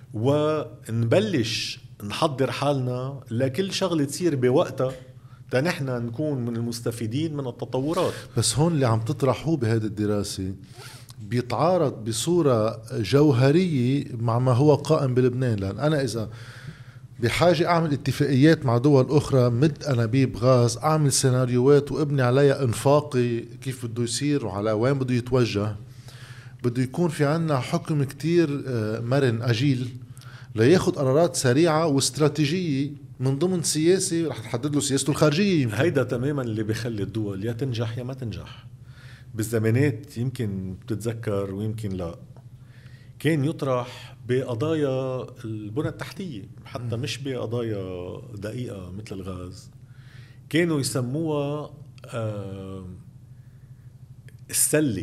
ونبلش نحضر حالنا لكل شغلة تصير بوقتها تنحن نكون من المستفيدين من التطورات. بس هون اللي عم تطرحوه بهذه الدراسة بيتعارض بصورة جوهرية مع ما هو قائم بلبنان. لأن أنا إذا بحاجة أعمل اتفاقيات مع دول أخرى مد أنابيب غاز، أعمل سيناريوهات وابني عليها إنفاقي كيف بده يصير وعلى وين بده يتوجه، بده يكون في عنا حكم كتير مرن أجيل لياخد قرارات سريعة واستراتيجية من ضمن سياسة رح تحدد له سياسته الخارجية. هيدا تماما اللي بيخلي الدول يا تنجح يا ما تنجح. بالزمانات يمكن بتتذكر ويمكن لا، كان يطرح بقضايا البنى التحتية حتى مش بقضايا دقيقة مثل الغاز، كانوا يسموها السلة،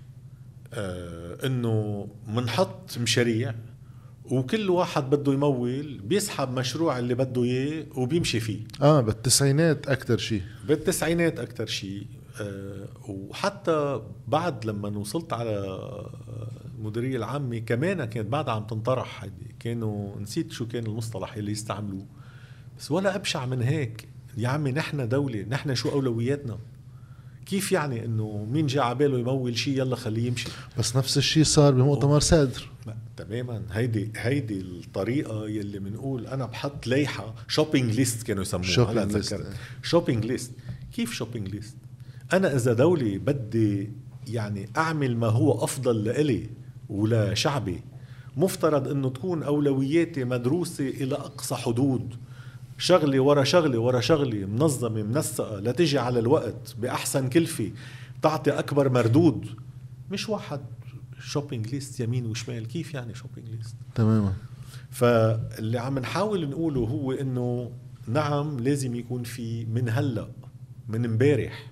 انه منحط مشاريع وكل واحد بده يمول بيسحب مشروع اللي بده اياه وبيمشي فيه. بالتسعينات اكتر شيء، بالتسعينات اكتر شيء. وحتى بعد لما وصلت على المديرية العامة كمان كانت بعدها عم تنطرح هيدي، كانوا نسيت شو كان المصطلح اللي يستعملوه، بس ولا ابشع من هيك. يا عمي نحن دولة، نحن شو اولوياتنا؟ كيف يعني انه مين جاء عباله يمول شيء يلا خليه يمشي؟ بس نفس الشيء صار بمؤتمر سادر. تماما. هيدي الطريقة يلي منقول انا بحط ليحة شوبينج ليست، كانوا يسموها هلا تذكرت شوبينج ليست. كيف شوبينج ليست؟ انا اذا دولة بدي يعني اعمل ما هو افضل لإلي ولشعبي، مفترض انه تكون اولوياتي مدروسة الى اقصى حدود، شغلي ورا شغلي ورا شغلي، منظمة منسقة لتجي على الوقت بأحسن كلفة تعطي أكبر مردود، مش واحد شوبينج ليست يمين وشمال. كيف يعني شوبينج ليست؟ تماما. فاللي عم نحاول نقوله هو إنه نعم لازم يكون في من هلأ من امبارح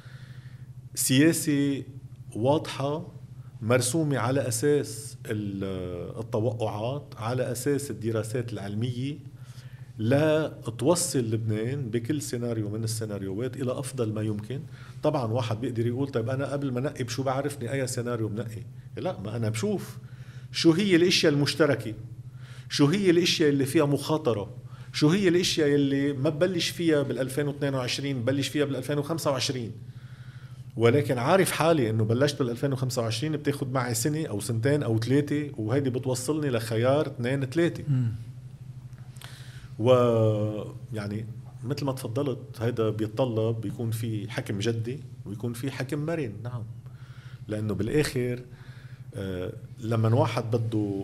سياسة واضحة مرسومة على أساس التوقعات، على أساس الدراسات العلمية، لا توصل لبنان بكل سيناريو من السيناريوهات إلى أفضل ما يمكن. طبعا واحد بيقدر يقول طيب أنا قبل ما نقي شو بعرفني أي سيناريو بنقي؟ لا، ما أنا بشوف شو هي الاشياء المشتركة، شو هي الاشياء اللي فيها مخاطرة، شو هي الاشياء اللي ما ببلش فيها بال2022 ببلش فيها بال2025. ولكن عارف حالي انه بلشت بال2025 بتاخد معي سنة او سنتين او 3، وهيدي بتوصلني لخيار 2-3. ويعني مثل ما تفضلت هيدا بيتطلب بيكون في حكم جدي ويكون في حكم مرن. نعم، لأنه بالآخر لما واحد بده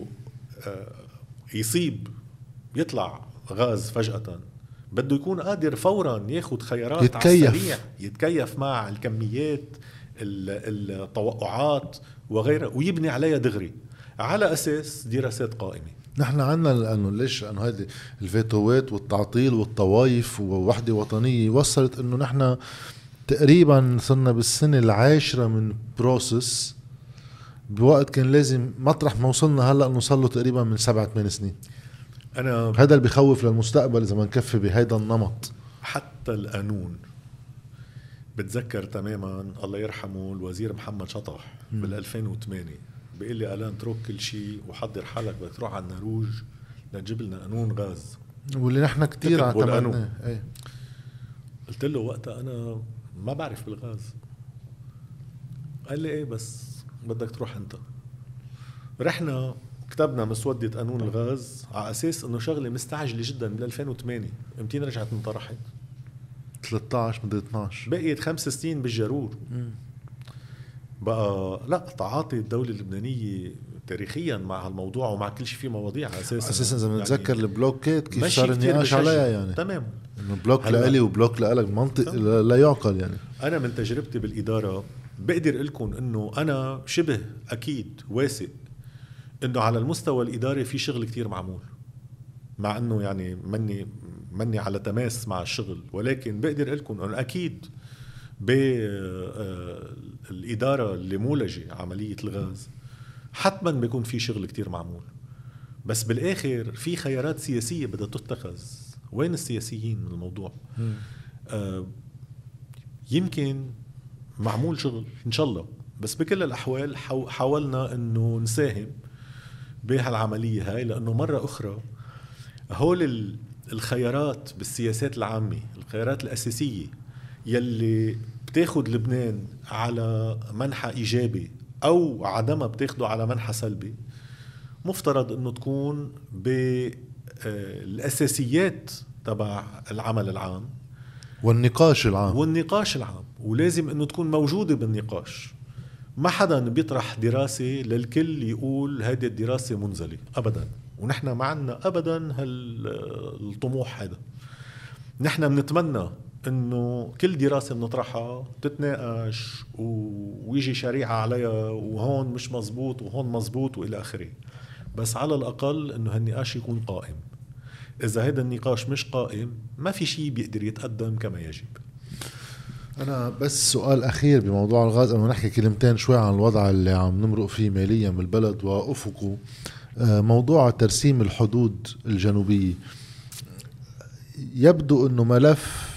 يصيب يطلع غاز فجأة بده يكون قادر فورا ياخد خيارات على السريع، يتكيف مع الكميات التوقعات وغيرها ويبني عليها دغري على أساس دراسات قائمة. نحن عنا لأنه ليش؟ لأنه هذه الفيتوات والتعطيل والطوايف ووحدة وطنية وصلت أنه نحن تقريبا صرنا بالسنة العاشرة من بروسس، بوقت كان لازم مطرح ما وصلنا هلأ نوصل له تقريبا من 7-8 سنين. هذا اللي بيخوف للمستقبل إذا ما نكفي بهيدا النمط. حتى القانون بتذكر تماما الله يرحمه الوزير محمد شطح بال2008 بيقول لي ألان اترك كل شيء وحضر حالك بدك تروح على النرويج لنجيب لنا قانون غاز، واللي نحن كتير اعتمدناه. قلت له وقتها أنا ما بعرف بالغاز. قال لي إيه بس بدك تروح أنت. رحنا كتبنا مسودة قانون الغاز على أساس أنه شغلة مستعجلة جدا من 2008. امتين رجعت انطرحت 13 من 12 بقيت 5 سنين بالجرور. بقى لا تعاطي الدولة اللبنانية تاريخيا مع هالموضوع ومع كل شيء فيه مواضيع أساسا إذا بنتذكر يعني البلوكات كيف صار النقاش عليها يعني تمام إنه بلوك لإلي وبلوك لإلك منطق لا يعقل يعني. أنا من تجربتي بالإدارة بقدر لكم إنه أنا شبه أكيد واثق إنه على المستوى الإداري في شغل كتير معمول، مع إنه يعني مني على تماس مع الشغل، ولكن بقدر لكم إنه أكيد بالإدارة اللي مولجة عملية الغاز حتما بيكون في شغل كتير معمول. بس بالآخر في خيارات سياسية بدها تتخذ. وين السياسيين من الموضوع؟ يمكن معمول شغل إن شاء الله، بس بكل الأحوال حاولنا أنه نساهم بهالعملية هاي، لأنه مرة أخرى هول الخيارات بالسياسات العامة، الخيارات الأساسية يلي بتاخد لبنان على منحى إيجابي أو عدمها بتاخده على منحى سلبي، مفترض أنه تكون بالأساسيات تبع العمل العام والنقاش العام، ولازم أنه تكون موجودة بالنقاش. ما حدا بيطرح دراسة للكل يقول هذه الدراسة منزلة أبدا، ونحن معنا أبدا هالطموح هذا. نحن بنتمنى انه كل دراسة بنطرحها تتناقش ويجي شريعة عليها، وهون مش مزبوط وهون مزبوط والى اخره، بس على الاقل انه هالنقاش يكون قائم. اذا هذا النقاش مش قائم ما في شيء بيقدر يتقدم كما يجب. انا بس سؤال اخير بموضوع الغاز، انه نحكي كلمتين شوي عن الوضع اللي عم نمرق فيه ماليا بالبلد وافقه. موضوع ترسيم الحدود الجنوبية يبدو انه ملف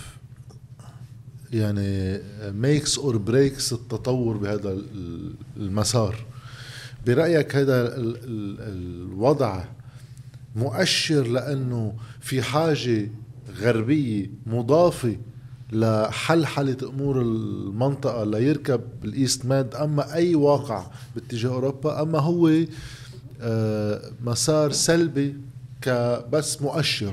يعني makes or breaks التطور بهذا المسار. برأيك هذا الوضع مؤشر لأنه في حاجة غربية مضافة لحلحلة أمور المنطقة ليركب الإيست ماد، أما أي واقع باتجاه أوروبا، أما هو مسار سلبي كبس مؤشر؟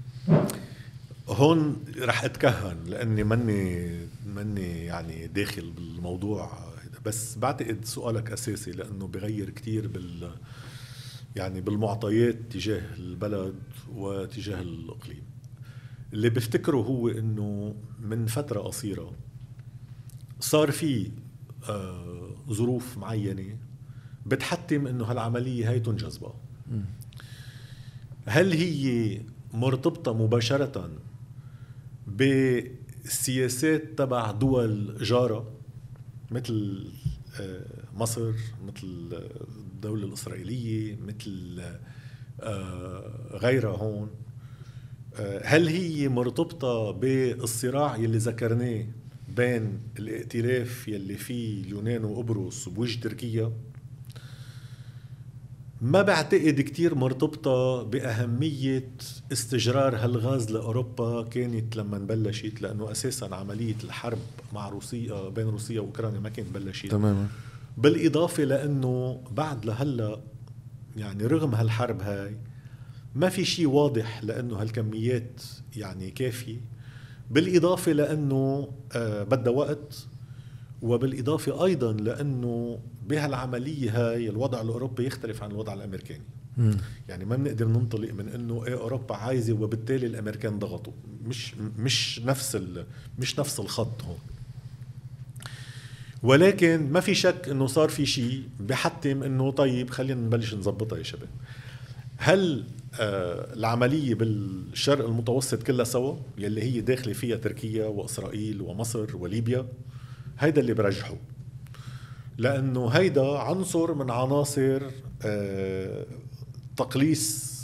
هون رح اتكهن لاني مني يعني داخل بالموضوع، بس بعتقد سؤالك اساسي لانه بغير كتير يعني بالمعطيات تجاه البلد وتجاه الاقليم. اللي بفتكره هو انه من فترة قصيرة صار في ظروف معينة بتحتم انه هالعملية هاي تنجز بقى. هل هي مرتبطة مباشرة بالسياسات تبع دول جارة مثل مصر، مثل الدولة الإسرائيلية، مثل غيرها هون؟ هل هي مرتبطة بالصراع يلي ذكرناه بين الائتلاف يلي فيه اليونان وقبرص بوجه تركيا؟ ما بعتقد كتير مرتبطة بأهمية استجرار هالغاز لأوروبا كانت لما بلشت، لأنه أساساً عملية الحرب مع روسيا بين روسيا وأوكرانيا ما كانت بلشت تماما. بالإضافة لأنه بعد لهلأ يعني رغم هالحرب هاي ما في شيء واضح لأنه هالكميات يعني كافية، بالإضافة لأنه بدها وقت، وبالإضافة أيضاً لأنه بهالعملية هاي الوضع الأوروبي يختلف عن الوضع الأمريكاني. يعني ما بنقدر ننطلق من إنه أوروبا عايزة وبالتالي الأمريكان ضغطوا، مش نفس الخط هون. ولكن ما في شك إنه صار في شيء بحتم إنه طيب خلينا نبلش نزبطها يا شباب. هل العملية بالشرق المتوسط كلها سوا يلي هي داخلة فيها تركيا وإسرائيل ومصر وليبيا، هيدا اللي برجحه، لأنه هيدا عنصر من عناصر تقليص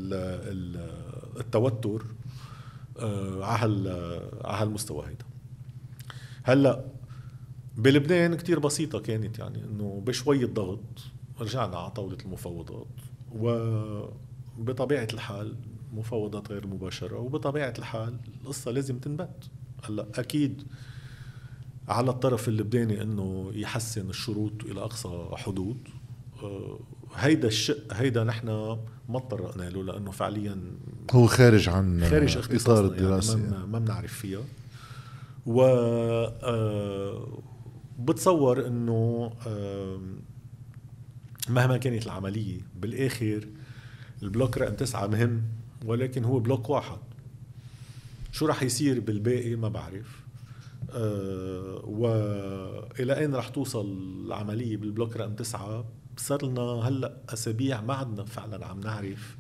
التوتر على هالمستوى هيدا. هلأ بلبنان كتير بسيطة كانت، يعني إنه بشوية ضغط رجعنا على طاولة المفاوضات، وبطبيعة الحال مفاوضات غير مباشرة، وبطبيعة الحال القصة لازم تنبت. هلأ أكيد على الطرف اللبناني إنه يحسن الشروط إلى أقصى حدود. هيدا الشق هيدا نحن ما اضطرقنا له، لأنه فعليا هو خارج إطار الدراسة، يعني ما بنعرف فيها. و بتصور إنه مهما كانت العملية بالآخر البلوك رقم 9 مهم، ولكن هو بلوك واحد. شو رح يصير بالباقي ما بعرف. وإلى أين رح توصل العملية بالبلوك رقم 9 صار لنا هلأ أسابيع ما عدنا فعلا عم نعرف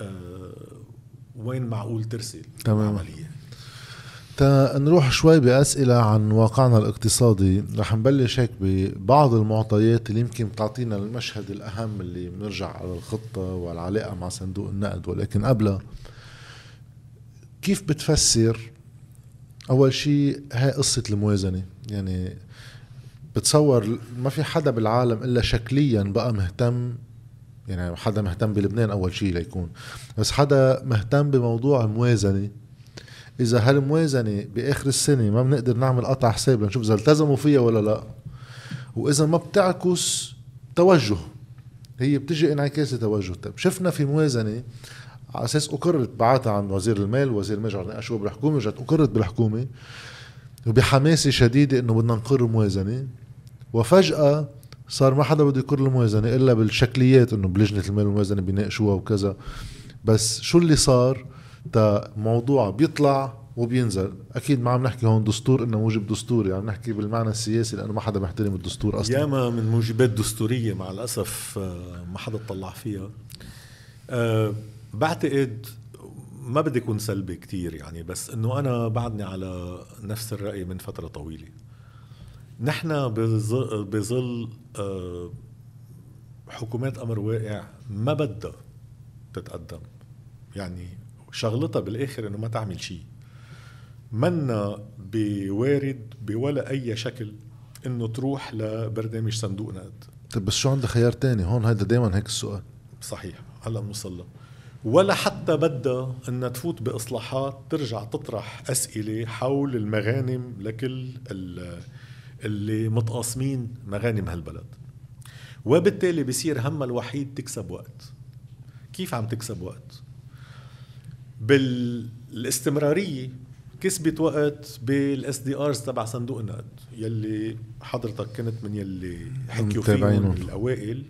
وين معقول ترسل العملية. نروح شوي بأسئلة عن واقعنا الاقتصادي. رح نبلش هيك ببعض المعطيات اللي يمكن تعطينا المشهد الأهم اللي بنرجع على الخطة والعلاقة مع صندوق النقد. ولكن قبلها كيف بتفسر أول شيء هاي قصة الموازنة؟ يعني بتصور ما في حدا بالعالم إلا شكليا بقى مهتم، يعني حدا مهتم بلبنان أول شيء ليكون، بس حدا مهتم بموضوع موازنة. إذا هالموازنة بآخر السنة ما بنقدر نعمل قطع حساب لنشوف إذا التزموا فيها ولا لا، وإذا ما بتعكس توجه، هي بتجي انعكاس توجه. طيب شفنا في موازنة على أساس أقررت بعتها عن وزير المال، وزير المال ناقشوها بالحكومة، وجت أقررت بالحكومة وبحماسة شديدة إنه بدنا نقر موازنة، وفجأة صار ما حدا بده يقر الموازنة إلا بالشكليات، إنه بلجنة المال والموازنة بيناقشوها وكذا. بس شو اللي صار؟ تا موضوع بيطلع وبينزل. أكيد ما عم نحكي هون دستور إنه موجب دستوري، عم نحكي بالمعنى السياسي، لأنه ما حدا محترم الدستور أصلا. ياما من موجبات دستورية مع الأسف ما حدا طلع فيها. بعتقد ما بدي أكون سلبي كتير يعني، بس إنه أنا بعدني على نفس الرأي من فترة طويلة. نحن بظل حكومات أمر واقع ما بدها تتقدم، يعني شغلتها بالآخر إنه ما تعمل شيء. منا بوارد بولا أي شكل إنه تروح لبرنامج صندوق نقد. طيب بس شو عندها خيار تاني هون؟ هيدا دايما هيك السؤال. صحيح، هلأ بنوصل له. ولا حتى بدها إنها تفوت بإصلاحات ترجع تطرح أسئلة حول المغانم لكل اللي متقاسمين مغانم هالبلد، وبالتالي بيصير همها الوحيد تكسب وقت. كيف عم تكسب وقت؟ بالاستمرارية. كسبت وقت بالSDRs تبع صندوق النقد يلي حضرتك كنت من يلي حكيوا فيهم من الأوائل.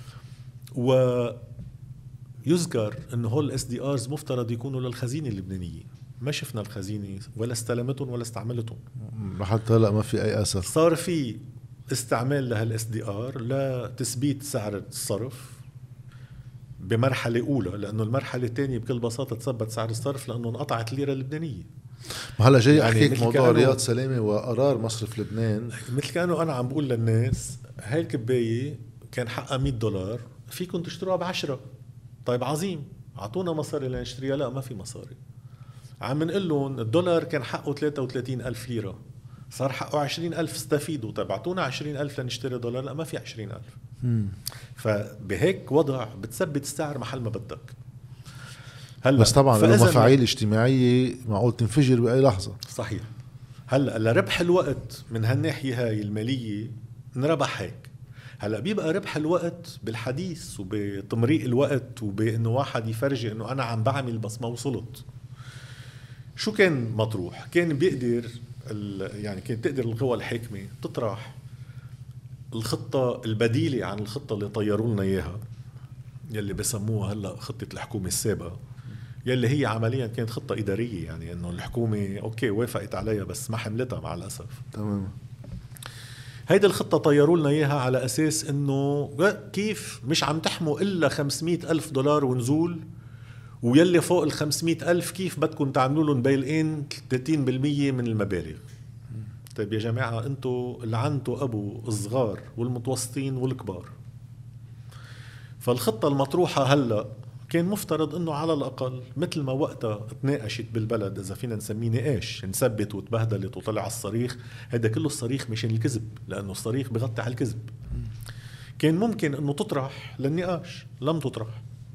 ويذكر أنه هول SDRs مفترض يكونوا للخزينة اللبنانية. ما شفنا الخزينة ولا استلمتهم ولا استعملتهم حتى هلا. ما في أي أثر. صار في استعمال لهالSDR لتثبيت سعر الصرف بمرحلة أولى، لأنه المرحلة الثانية بكل بساطة تثبت سعر الصرف لأنه انقطعت الليرة اللبنانية. هلا جاي يعني أحكيك موضوع رياض سلامة وقرار مصرف لبنان. مثل كانوا أنا عم بقول للناس هاي الكباية كان حقها $100 فيكم تشتروها ب10. طيب عظيم، عطونا مصاري لنشتريها. لا ما في مصاري. عم نقول لهم الدولار كان حقه 33,000 ليرة، صار حقه 20,000، استفيدوا. طيب عطونا 20,000 لنشتري دولار. لا ما في 20,000. فبهيك وضع بتثبت السعر محل ما بدك. هلا بس طبعا له مفاعيل اجتماعية معقول تنفجر بأي لحظة. صحيح. هلا لربح الوقت من هالناحية هاي المالية نربح هيك. هلا بيبقى ربح الوقت بالحديث وبتمريق الوقت وبانه واحد يفرجي انه انا عم بعمل بس ما وصلت. شو كان مطروح؟ كان بيقدر يعني كانت تقدر القوى الحاكمة تطرح الخطة البديلة عن الخطة اللي طيروا لنا إياها، يلي بسموها هلأ خطة الحكومة السابقة، يلي هي عمليا كانت خطة إدارية. يعني إنه الحكومة أوكي وافقت عليها بس ما حملتها مع الأسف. تمام. هيدا الخطة طيروا لنا إياها على أساس إنه كيف مش عم تحموا إلا $500,000 ونزول، ويلي فوق ال 500,000 كيف بدكم تعملوا لهم بيل-إن 30% من المبالغ؟ طيب يا جماعة انتوا اللي عنتوا أبو الصغار والمتوسطين والكبار. فالخطة المطروحة هلأ كان مفترض انه على الأقل مثل ما وقتها تناقشت بالبلد، إذا فينا نسميه نقاش، انثبت وتبهدلت وطلع الصريخ، هذا كله الصريخ مشان الكذب، لأنه الصريخ بغطي على الكذب. كان ممكن انه تطرح للنقاش، لم تطرح.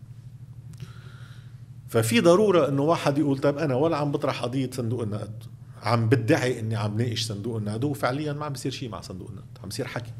ففي ضرورة انه واحد يقول طيب انا ولا عم بطرح قضية صندوق النقد، عم بدعي اني عم ناقش صندوق النقد، وفعليا ما عم بيصير شيء مع صندوق النقد، عم بيصير حكي.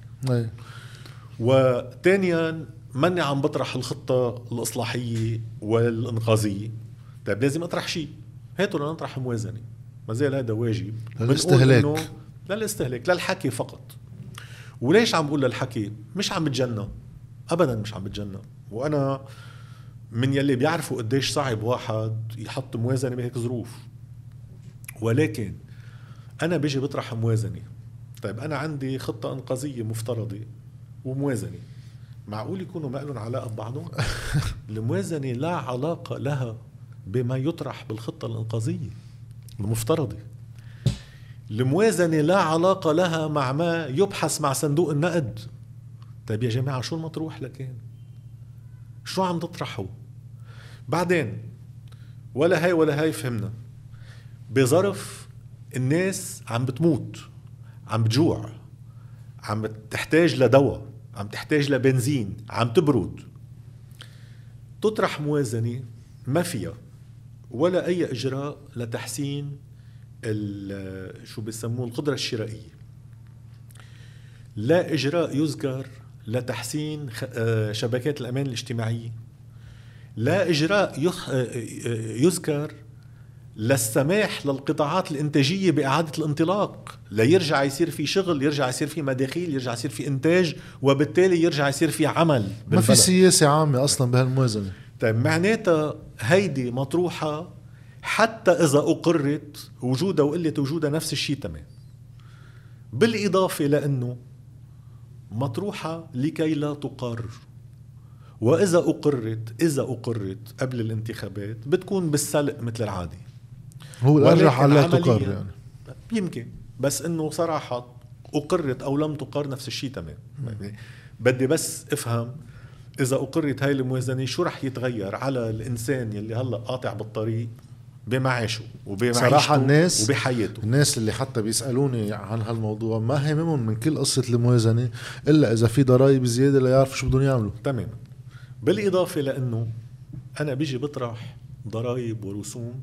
وثانيا ماني عم بطرح الخطة الإصلاحية والإنقاذية. طيب لازم أطرح شيء، هاتوا لنطرح موازنة، ما زال هذا واجب للاستهلاك، للاستهلاك، للحكي فقط. وليش عم بقول للحكي؟ مش عم بتجنى أبدا، مش عم بتجنى. وأنا من يلي بيعرفوا قديش صعب واحد يحط موازنة بهيك ظروف، ولكن أنا بيجي بطرح موازنة. طيب أنا عندي خطة إنقاذية مفترضة وموازنة، معقول يكونوا ما لهم علاقة ببعضهم؟ الموازنة لا علاقة لها بما يطرح بالخطة الإنقاذية المفترضة. الموازنة لا علاقة لها مع ما يبحث مع صندوق النقد. طيب يا جماعة شو المطروح لكان؟ شو عم تطرحوا؟ بعدين ولا هاي ولا هاي فهمنا. بظرف الناس عم بتموت، عم بتجوع، عم تحتاج لدواء، عم تحتاج لبنزين، عم تبرد، تطرح موازنة ما فيها ولا أي إجراء لتحسين شو بيسموه القدرة الشرائية، لا إجراء يذكر لتحسين شبكات الأمان الاجتماعية، لا إجراء يذكر للسماح للقطاعات الإنتاجية بإعادة الانطلاق، ليرجع يصير في شغل، يرجع يصير في مداخيل، يرجع يصير في إنتاج، وبالتالي يرجع يصير في عمل بالبلد. ما في سياسة عامة أصلا بهالموازنة. طيب معناتها هيدي مطروحة حتى إذا أقرت وجودها وقلة وجودها نفس الشيء تمام، بالإضافة لأنه مطروحة لكي لا تقر. وإذا أقرت قبل الانتخابات بتكون بالسلق مثل العادي. هو الأرجح على لا تقر يعني. يمكن، بس إنه صراحة أقرت أو لم تقر نفس الشيء تمام. بدي بس أفهم إذا أقرت هاي الموازنة شو رح يتغير على الإنسان يلي هلأ قاطع بالطريق بمعاشه صراحة الناس وبحياته. الناس اللي حتى بيسألوني عن هالموضوع ما هممهم من كل قصة الموازنة إلا إذا في ضرائب زيادة ليعرفوا شو بدهم يعملوا. تمام. بالإضافة لأنه أنا بيجي بطرح ضرائب ورسوم،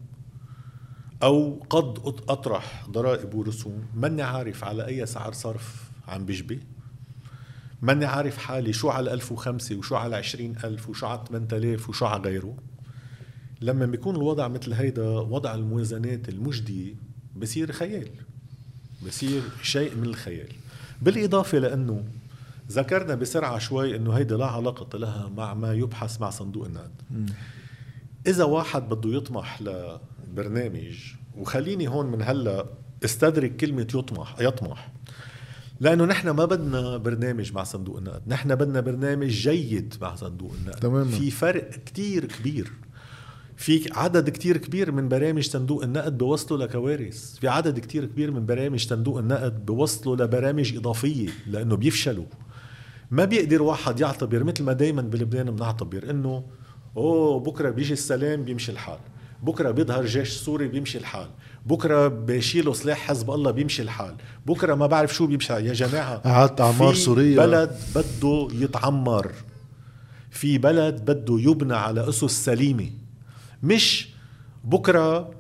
أو قد أطرح ضرائب ورسوم ماني عارف على أي سعر صرف عم بيشبه، ماني عارف حالي شو على 1005 وشو على 20,000 وشو على 8,000 وشو على غيره. لما بيكون الوضع مثل هيدا، وضع الموازنات المجدية بصير خيال، بصير شيء من الخيال. بالإضافة لأنه ذكرنا بسرعة شوي أنه هيدا لا علاقة لها مع ما يبحث مع صندوق النقد. إذا واحد بده يطمح لبرنامج، وخليني هون من هلأ استدرك كلمة يطمح، لأنه نحن ما بدنا برنامج مع صندوق النقد، نحن بدنا برنامج جيد مع صندوق النقد. تماما. في فرق كتير كبير، في عدد كتير كبير من برامج صندوق النقد بوصلوا لكوارث، في عدد كتير كبير من برامج صندوق النقد بوصلوا لبرامج إضافية لأنه بيفشلوا. ما بيقدر واحد يعتبر مثل ما دايما بلبنان بنعتبر إنه بكرة بيجي السلام بيمشي الحال، بكرة بيظهر جيش سوري بيمشي الحال، بكرة بيشيلوا سلاح حزب الله بيمشي الحال، بكرة ما بعرف شو بيمشي. يا جماعة أعمار سورية، بلد بده يتعمر، في بلد بده يبنى على أسس سليمة، مش بكرة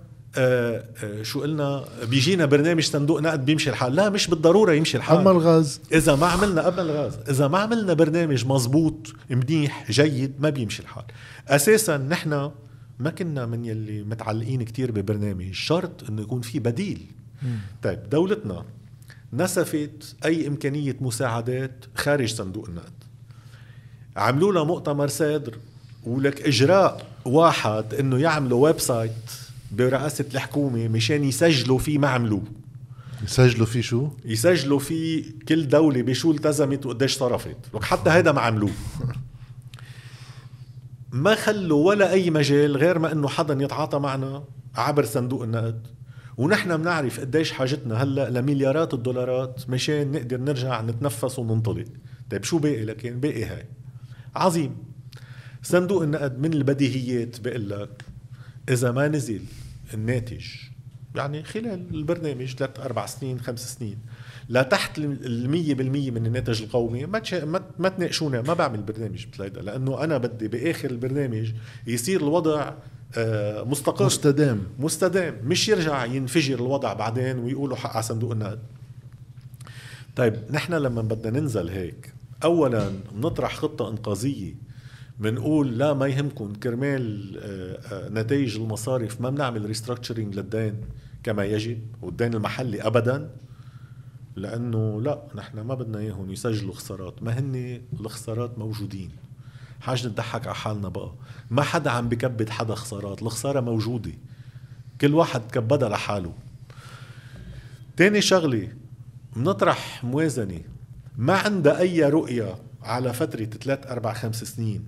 شو قلنا بيجينا برنامج صندوق نقد بيمشي الحال. لا، مش بالضرورة يمشي الحال. أما الغاز إذا ما عملنا قبل الغاز، إذا ما عملنا برنامج مزبوط منيح جيد ما بيمشي الحال. أساسا نحن ما كنا من يلي متعلقين كتير ببرنامج، شرط إنه يكون في بديل. طيب دولتنا نسفت أي إمكانية مساعدات خارج صندوق النقد، عملوا له مؤتمر صدر ولك إجراء واحد إنه يعملوا ويب سايت برئاسة الحكومة مشان يسجلوا فيه ما عملوه. يسجلوا فيه شو؟ يسجلوا فيه كل دولة بشو التزمت وقديش صرفت، لك حتى هيدا ما عملوه. ما خلوا ولا أي مجال غير ما أنه حدا يتعاطى معنا عبر صندوق النقد. ونحن بنعرف قديش حاجتنا هلأ لمليارات الدولارات مشان نقدر نرجع نتنفس وننطلق. طيب شو باقي؟ لكن باقي هاي عظيم. صندوق النقد من البديهيات بقول لك إذا ما نزل الناتج يعني خلال البرنامج 3-4 سنين 5 سنين لا تحت 100% من الناتج القومي، ما تناقشونا، ما بعمل برنامج مثل هيدا، لأنه أنا بدي بآخر البرنامج يصير الوضع مستقر مستدام، مش يرجع ينفجر الوضع بعدين ويقولوا حق على صندوق النقد. طيب نحن لما بدنا ننزل هيك أولا نطرح خطة إنقاذية، منقول لا ما يهمكن كرمال نتائج المصارف ما بنعمل ريستراكتشرينج للدين كما يجب، والدين المحلي أبدا، لأنه لا نحن ما بدنا إياهم يسجلوا خسارات، ما هن الخسارات موجودين، حاجة نضحك على حالنا بقى، ما حدا عم بكبد حدا خسارات، الخسارة موجودة كل واحد كبدها لحاله. تاني شغلة بنطرح موازنة ما عندها أي رؤية على فترة 3-4-5 سنين،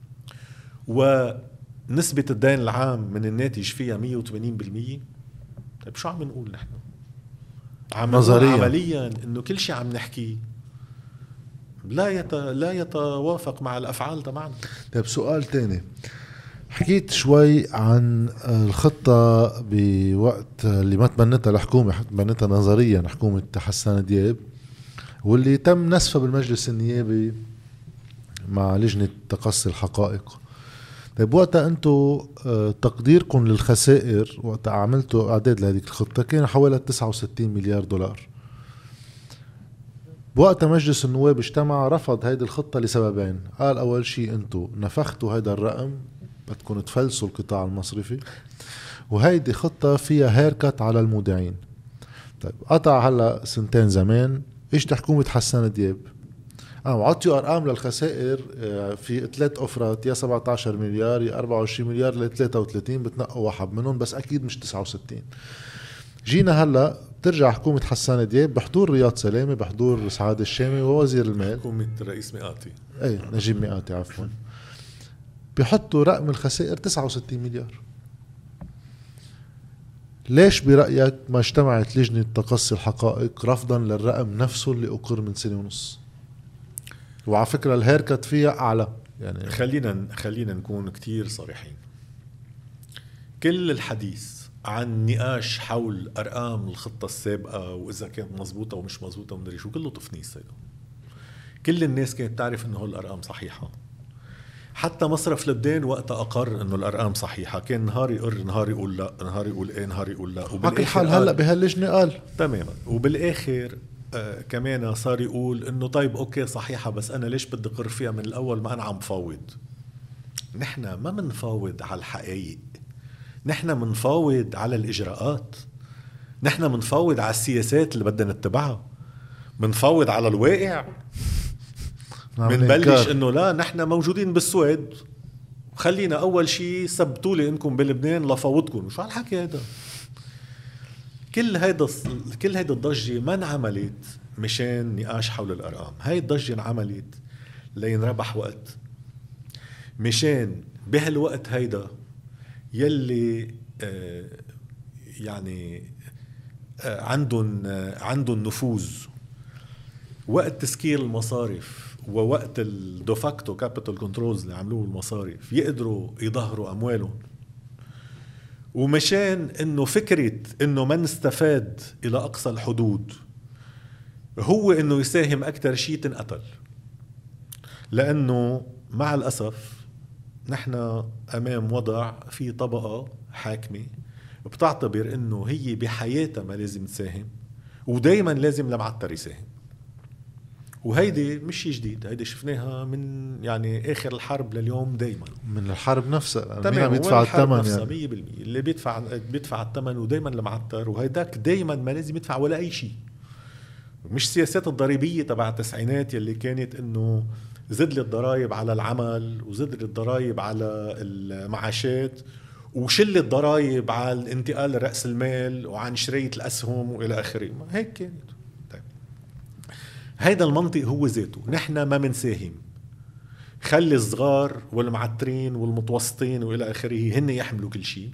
ونسبة الدين العام من الناتج فيها 180%. طيب شو عم نقول نحن؟ نظريا عمليا انه كل شيء عم نحكي لا يتوافق مع الافعال تبعنا. طيب سؤال تاني، حكيت شوي عن الخطة بوقت اللي ما تبنتها الحكومة، تبنتها نظريا حكومة حسان دياب، واللي تم نسفها بالمجلس النيابي مع لجنة تقصي الحقائق. طيب وقتها انتو تقديركم للخسائر وقتها عملتوا اعداد لهذه الخطة كان حوالي 69 مليار دولار. بوقتها مجلس النواب اجتمع رفض هيدي الخطة لسببين، قال اول شيء انتو نفختوا هيدا الرقم بدكم تفلسوا القطاع المصرفي، وهيدي خطة فيها هيركت على المودعين. طيب قطع هلا سنتين زمان اجت حكومة حسان دياب وعطيوا ارقام للخسائر في 3 اوفرات، يا 17 مليار يا 24 مليار ل 33، بتنقوا واحد منهم بس اكيد مش 69. جينا هلا بترجع حكومة حسان دياب بحضور رياض سلامة، بحضور سعاد الشامي ووزير المال، حكومة رئيس مئاتي نجيب مئاتي عفوا، بيحطوا رقم الخسائر 69 مليار. ليش برأيك ما اجتمعت لجنة تقصي الحقائق رفضا للرقم نفسه اللي أقر من 1.5 سنة؟ وعلى فكرة الهيركت فيها أعلى. يعني خلينا نكون كتير صريحين. كل الحديث عن نقاش حول أرقام الخطة السابقة وإذا كانت مزبوطة ومش مزبوطة ومدري شو كله تفنيس هيدا. كل الناس كانت تعرف إنه الأرقام صحيحة، حتى مصرف لبنان وقت أقر إنه الأرقام صحيحة كان نهار يقر نهار يقول لا، نهار يقول إيه، نهار يقول لا، وبالآخر حال هلأ بهاللجنة قال تماما، وبالآخر كمان صار يقول إنه طيب أوكي صحيحة بس أنا ليش بدي أقر فيها من الأول ما أنا عم فاوض. نحن ما منفاوض على الحقائق، نحن منفاوض على الإجراءات، نحن منفاوض على السياسات اللي بدنا نتبعها، منفاوض على الواقع. منبلش انه لا نحن موجودين بالسويد خلينا اول شيء ثبتوا انكم بلبنان لفاوضكم. وشو هالحكي هذا؟ كل هيدا الضجه ما انعملت مشان نقاش حول الارقام، هاي الضجه انعملت لينربح وقت، مشان بهالوقت هيدا يلي يعني عندهم نفوذ وقت تسكير المصارف ووقت الدوفاكتو كابيتال كنترولز اللي عملوه المصارف يقدروا يظهروا أموالهم، ومشان إنه فكرة إنه ما نستفاد إلى أقصى الحدود هو إنه يساهم أكتر شيء تنقتل. لأنه مع الأسف نحن أمام وضع في طبقة حاكمة بتعتبر إنه هي بحياتها ما لازم تساهم ودايما لازم لمعتر يساهم. وهيدي مش شيء جديد، هيدي شفناها من يعني آخر الحرب لليوم، دايما من الحرب نفسها. مين عم يدفع الثمن؟ يعني 100% اللي بيدفع الثمن ودايما لمعتر، وهيداك دايما ما لازم يدفع ولا أي شيء. مش سياسات الضريبية تبع التسعينات يلي كانت إنه زد لي الضرائب على العمل وزد لي الضرائب على المعاشات وشل الضرائب على الانتقال رأس المال وعن شرية الأسهم وإلى آخره. هيك كانت. طيب هيدا المنطق هو ذاته نحن ما منساهم خلي الصغار والمعترين والمتوسطين وإلى آخره هن يحملوا كل شيء.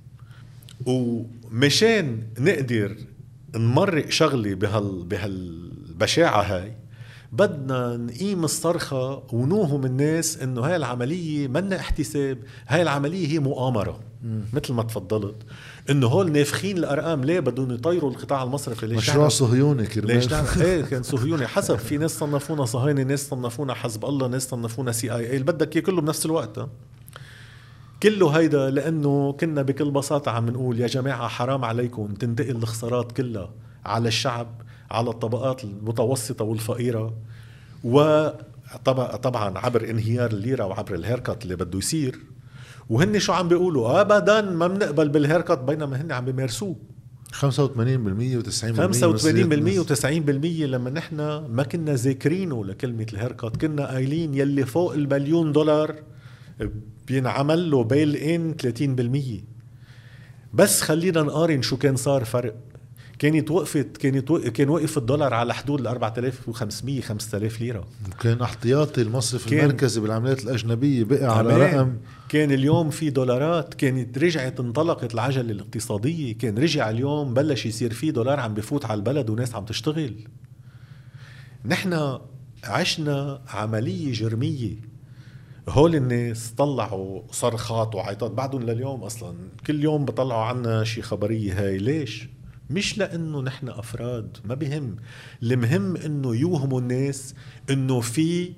ومشان نقدر نمرق شغلي بهالبشاعة هاي بدنا نقيم الصرخة ونوهم الناس انه هاي العملية منا احتساب، هاي العملية هي مؤامرة. مثل ما تفضلت انه هول نافخين الارقام، ليه بدهم يطيروا القطاع المصرفي؟ ليش مشروع صهيوني كرمال ليش ايه كان صهيوني حسب، في ناس صنفونا صهاينة، ناس صنفونا حزب الله، ناس صنفونا CIA، اللي بدك اياه كله بنفس الوقت. كله هيدا لانه كنا بكل بساطة عم نقول يا جماعة حرام عليكم تنتقل الخسارات كلها على الشعب، على الطبقات المتوسطة والفقيرة، وطبعا عبر انهيار الليرة وعبر الهيركات اللي بده يصير. وهن شو عم بيقولوا؟ ابدا ما بنقبل بالهيركات، بينما هن عم بيمارسوه 85% و90%. 85% و90%. لما نحن ما كنا ذاكرينه لكلمة الهيركات، كنا قايلين يلي فوق $1,000,000 بينعمل له بيل ان 30%. بس خلينا نقارن شو كان صار فرق. كان وقف الدولار على حدود 4500 5000 ليرة. كان احتياطي المصرف المركزي بالعمليات الأجنبية بقى على رقم. كان اليوم في دولارات، كانت رجعت انطلقت العجلة الاقتصادية، كان رجع اليوم بلش يصير في دولار عم بفوت على البلد وناس عم تشتغل. نحن عشنا عملية جرمية. هول الناس طلعوا صرخات وعيطات بعدهم لليوم، أصلا كل يوم بطلعوا عنا شي خبرية. هاي ليش؟ مش لأنه نحن أفراد، ما بهم. المهم أنه يوهموا الناس أنه في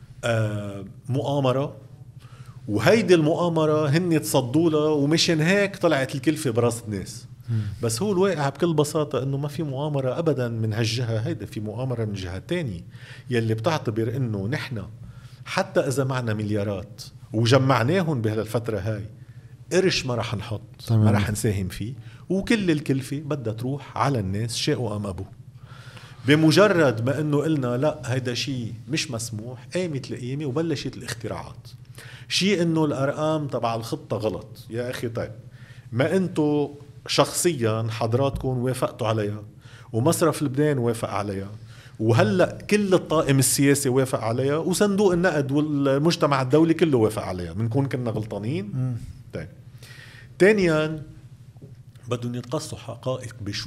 مؤامرة، وهيدي المؤامرة هن تصدوا لها، ومشان هيك طلعت الكلفة براس الناس. بس هو الواقع بكل بساطة أنه ما في مؤامرة أبدا من هالجهة، هيدا في مؤامرة من جهة تانية يلي بتعتبر أنه نحن حتى إذا معنا مليارات وجمعناهم بهالفترة هاي، قرش ما رح نحط، ما رح نساهم فيه، وكل الكلفة بدها تروح على الناس شاءوا أم أبوه. بمجرد ما أنه قلنا لا هيدا شيء مش مسموح، قامت القيمة وبلشت الاختراعات. شيء أنه الأرقام تبع الخطة غلط. يا أخي طيب، ما أنتوا شخصيا حضراتكم وافقتوا عليها، ومصرف لبنان وافق عليها، وهلأ كل الطاقم السياسي وافق عليها، وصندوق النقد والمجتمع الدولي كله وافق عليها. منكون كنا غلطانين؟ طيب، تانيا بدهم يتقصوا حقائق. بشو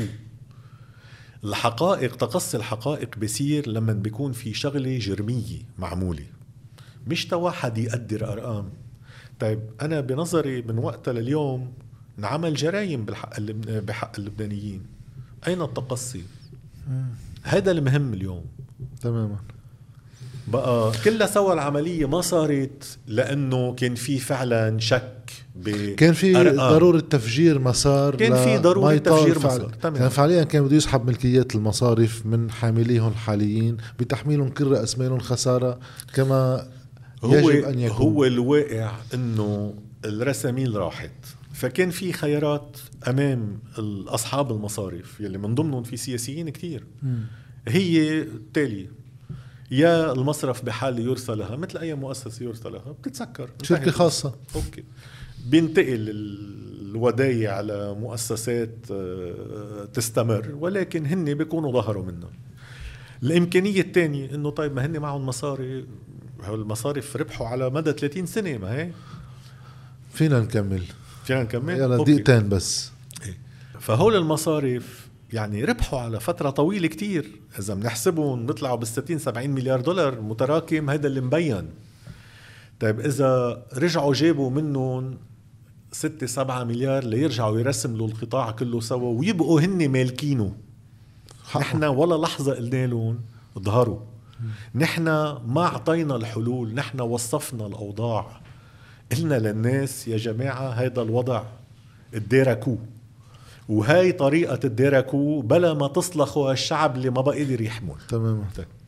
الحقائق؟ تقصي الحقائق بيصير لما بيكون في شغلة جرمية معمولة، مش تواحد يقدر أرقام. طيب أنا بنظري من وقتها لليوم نعمل جرائم بحق اللبنانيين. أين التقصي؟ هذا المهم اليوم تماما. بقى كلها سوا العملية ما صارت لأنه كان في فعلا شك، كان في أرقام. ضرورة تفجير مسار، كان في ضرورة تفجير مسار. يعني فعليا كان بده يسحب ملكيات المصارف من حامليهم الحاليين بتحميلهم كل رأس مالهم خسارة كما يجب أن يكون. هو الواقع أنه الرساميل راحت، فكان في خيارات أمام أصحاب المصارف يلي من ضمنهم في سياسيين كتير. هي التالي: يا المصرف بحال يرسلها مثل أي مؤسسة يرسلها، بتتسكر شركة خاصة، أوكي، بينتقل الودايع على مؤسسات تستمر، ولكن هن بيكونوا ظهروا منها. الإمكانية الثانية إنه طيب ما هن معهم مصاري، المصارف ربحوا على مدى 30 سنة، ما هي فينا نكمل يلا دقيقتين بس. فهول المصارف يعني ربحوا على فترة طويلة كتير، إذا بنحسبهم بيطلعوا $60-70 مليار متراكم، هيدا اللي مبين. طيب إذا رجعوا جابوا منهم 6-7 مليار ليرجعوا يرسموا القطاع كله سوا ويبقوا هن مالكينه، نحن ولا لحظة قلنا لهم ظهروا. نحن ما عطينا الحلول، نحن وصفنا الأوضاع، قلنا للناس يا جماعة هيدا الوضع الديركو، وهاي طريقة الديركو بلا ما تصلخوا الشعب اللي ما بقى يقدر يحمل. تمام.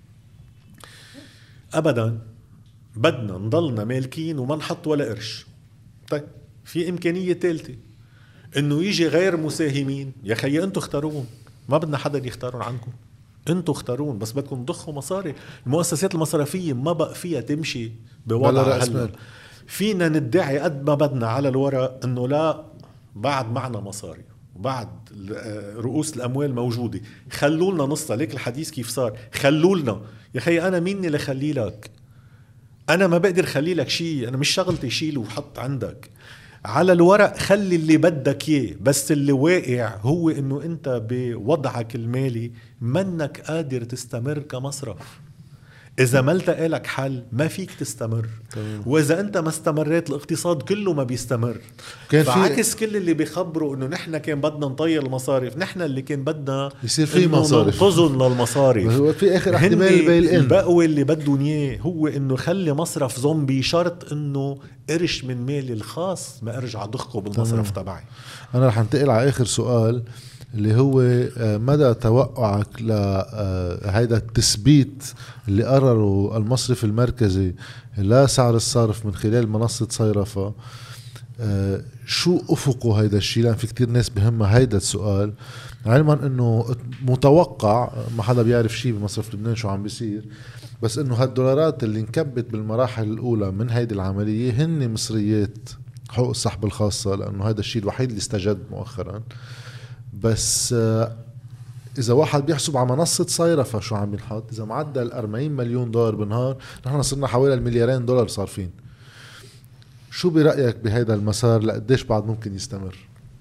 أبدا بدنا نضلنا مالكين وما نحط ولا قرش. طيب في إمكانية ثالثة، إنه يجي غير مساهمين. يا خي أنتوا اختارون، ما بدنا حدا يختارون عنكم، أنتوا اختارون، بس بدكم تضخوا مصاري. المؤسسات المصرفية ما بقى فيها تمشي بوضع هلا. فينا ندعي قد ما بدنا على الورق إنه لا، بعد معنا مصاري، بعد رؤوس الأموال موجودة، خلولنا نص. ليك الحديث كيف صار، خلولنا. يا خي أنا مين اللي خلي لك؟ انا ما بقدر خلي لك شيء، انا مش شغلتي شيله وحط عندك على الورق، خلي اللي بدك اياه، بس اللي واقع هو انه انت بوضعك المالي منك قادر تستمر كمصرف. إذا ما التقى لك حل ما فيك تستمر. وإذا أنت ما استمريت الاقتصاد كله ما بيستمر. فعكس كل اللي بيخبروا إنه نحن كان بدنا نطير المصارف، نحن اللي كان بدنا يصير في مصارف ننقذن للمصارف. هو في آخر احتمال بيل إن البقوة اللي بدهم إياه هو إنه خلي مصرف زومبي، شرط إنه قرش من مالي الخاص ما أرجع ضخه بالمصرف تبعي. أنا رح انتقل على آخر سؤال اللي هو مدى توقعك لهذا التثبيت اللي قرروا المصرف المركزي لا سعر الصرف من خلال منصة صيرفة. شو أفقه هيدا الشيء؟ لأن في كتير ناس بهمها هيدا السؤال، علما أنه متوقع ما حدا بيعرف شيء بمصرف لبنان شو عم بيصير، بس أنه هالدولارات اللي انكبت بالمراحل الأولى من هيدي العملية هن مصريات حقوق السحب الخاصة، لأنه هذا الشيء الوحيد اللي استجد مؤخرا. بس إذا واحد بيحسب على منصة صيرفة شو عم ينحط، إذا معدل 40 مليون دولار بالنهار، نحن صرنا حوالي $2 مليار صارفين. شو برأيك بهذا المسار؟ لقديش بعد ممكن يستمر؟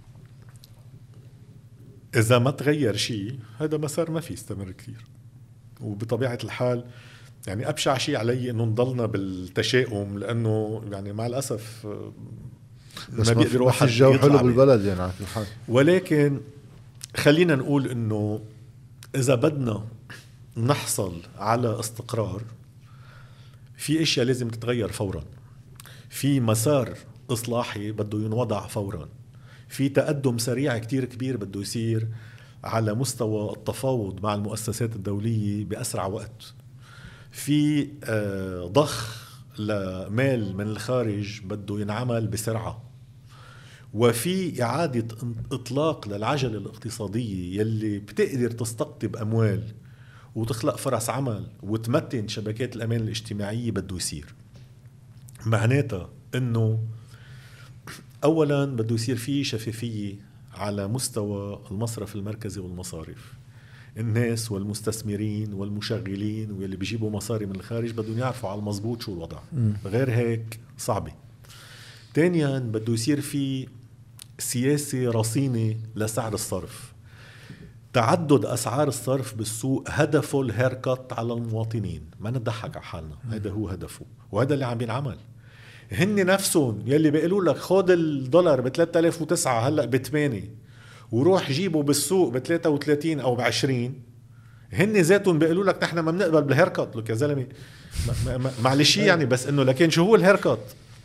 إذا ما تغير شيء هذا مسار ما في يستمر كثير. وبطبيعة الحال يعني أبشع شيء علي إنه نضلنا بالتشاؤم، لأنه يعني مع الأسف ما بيقدر واحد الجو حلو بالبلد يعني على كل حال. ولكن خلينا نقول إنه إذا بدنا نحصل على استقرار في أشياء لازم تتغير فورا، في مسار إصلاحي بده ينوضع فورا، في تقدم سريع كتير كبير بده يصير على مستوى التفاوض مع المؤسسات الدولية بأسرع وقت، في ضخ لمال من الخارج بده ينعمل بسرعة، وفي إعادة إطلاق للعجلة الاقتصادية يلي بتقدر تستقطب أموال وتخلق فرص عمل وتمتن شبكات الأمان الاجتماعية بده يصير. معناتها إنه أولاً بده يصير فيه شفافية على مستوى المصرف المركزي والمصارف. الناس والمستثمرين والمشغلين واللي بيجيبوا مصاري من الخارج بدهم يعرفوا على المضبوط شو الوضع، غير هيك صعبة. تانياً بده يصير فيه سياسة رصينة لسعر الصرف. تعدد أسعار الصرف بالسوق هدفه الهيركت على المواطنين، ما نضحك على حالنا، هذا هو هدفه وهذا اللي عم بينعمل. هن نفسهم يلي بيقولوا لك خود الدولار ب 3009 هلأ ب8 وروح جيبه بالسوق ب 33 أو ب20، هن ذاتهم بيقولوا لك نحن ما بنقبل بالهيركت. لك يا زلمة معلش يعني، بس إنه لكن شو هو الهيركت؟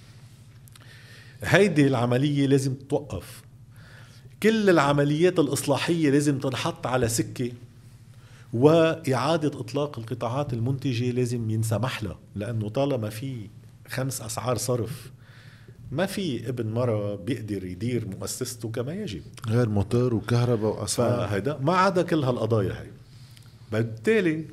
هيدي العملية لازم تتوقف. كل العمليات الإصلاحية لازم تنحط على سكة، وإعادة إطلاق القطاعات المنتجة لازم ينسمح لها، لأنه طالما في 5 أسعار صرف ما في ابن مرة بيقدر يدير مؤسسته كما يجب، غير موتور وكهرباء وأسعار. فهيدا ما عدا كل هالقضايا هاي. بالتالي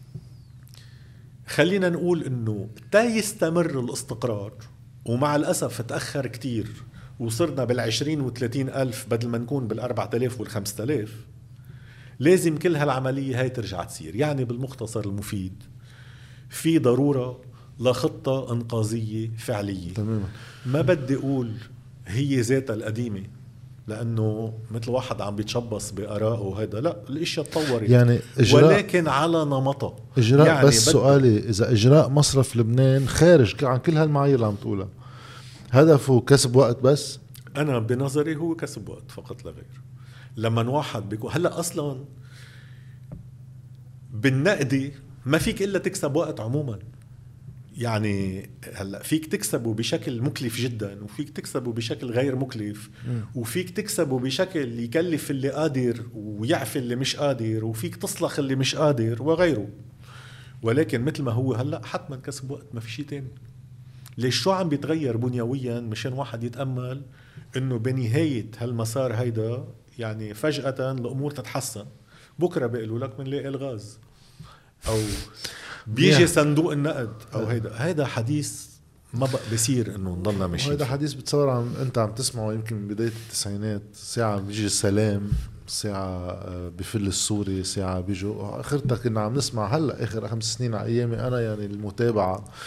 خلينا نقول إنه تا يستمر الاستقرار، ومع الأسف تأخر كتير وصرنا بال20 و30 ألف بدل ما نكون بال4000 وال5000، لازم كل هالعملية هاي ترجع تصير. يعني بالمختصر المفيد في ضرورة لخطة إنقاذية فعلية. تماما. ما بدي أقول هي ذاتها القديمة، لأنه مثل واحد عم بيتشبص بآراءه وهذا، لا، الاشياء تطورت يعني ولكن على نمطها. إجراء يعني بس سؤالي، إذا إجراء مصرف لبنان خارج عن كل هالمعايير اللي عم تقولها هدفه كسب وقت بس؟ أنا بنظري هو كسب وقت فقط لا غير. لما واحد بيكون هلأ أصلا بالنقدي ما فيك إلا تكسب وقت عموما. يعني هلأ فيك تكسبه بشكل مكلف جدا، وفيك تكسبه بشكل غير مكلف، وفيك تكسبه بشكل يكلف اللي قادر ويعفي اللي مش قادر، وفيك تصلخ اللي مش قادر وغيره. ولكن مثل ما هو هلأ حتما كسب وقت، ما في شيء تاني. ليش شو عم بيتغير بنيويا مشان واحد يتأمل انه بنهاية هالمسار هيدا يعني فجأة الامور تتحسن، بكرة بيقولوا لك منلاقي الغاز او بيجي صندوق النقد او هيدا حديث ما بقى بصير انه نضلنا ماشيين. هيدا حديث بتصور انت عم تسمعه يمكن من بداية التسعينات، ساعة بيجي السلام، ساعة بفل السوري، ساعة بيجوا اخرتك كنا عم نسمع هلا اخر 5 سنين على ايامي انا يعني المتابعة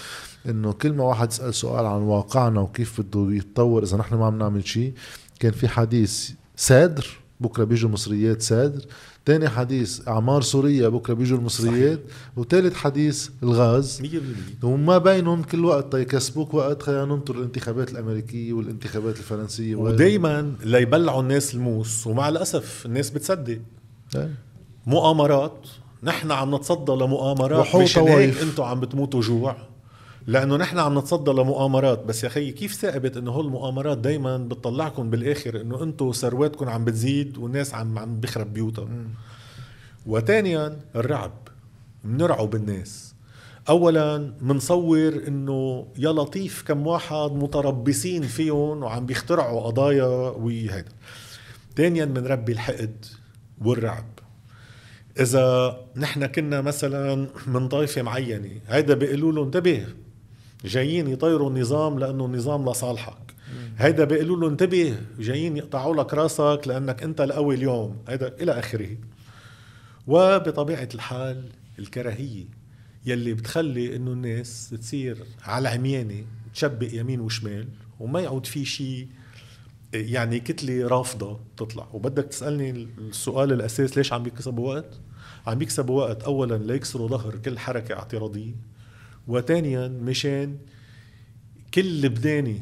انه كل ما واحد يسأل سؤال عن واقعنا وكيف بده يتطور اذا نحن ما عم نعمل شيء، كان في حديث سادر بكره بيجوا مصريات سادر، تاني حديث اعمار سوريا بكره بيجوا المصريات، وثالث حديث الغاز 100%. وما بينهم كل وقت يكسبوك وقت. خلينا ننطر الانتخابات الامريكيه والانتخابات الفرنسيه ودايما ليبلعوا الناس الموس، ومع الاسف الناس بتصدق. مؤامرات، نحن عم نتصدى لمؤامرات، مشان هيك انتم عم بتموتوا جوع، لانه نحن عم نتصدى لمؤامرات. بس يا اخي كيف ثابت انه هالمؤامرات دايما بتطلعكم بالاخر انه انتم ثرواتكم عم بتزيد والناس عم بخرب بيوتها. وثانيا الرعب، منرعب الناس. اولا منصور انه يا لطيف كم واحد متربصين فيهم وعم بيخترعوا قضايا وهذا. ثانيا منربي الحقد والرعب. إذا نحن كنا مثلا من طائفة معينة، هيدا بيقولوا له انتبه جايين يطيروا النظام لأنه النظام لصالحك، هيدا بيقولوا له انتبه جايين يقطعوا لك راسك لأنك أنت القوي اليوم، هيدا إلى آخره. وبطبيعة الحال الكراهية يلي بتخلي إنه الناس تصير على عميانة تشبق يمين وشمال وما يعود في شيء، يعني كتلة رافضة تطلع. وبدك تسألني السؤال الأساس، ليش عم بيكسبوا وقت؟ عم بيكسبوا وقت أولا ليكسروا ظهر كل حركة اعتراضية، وثانيا مشان كل لبناني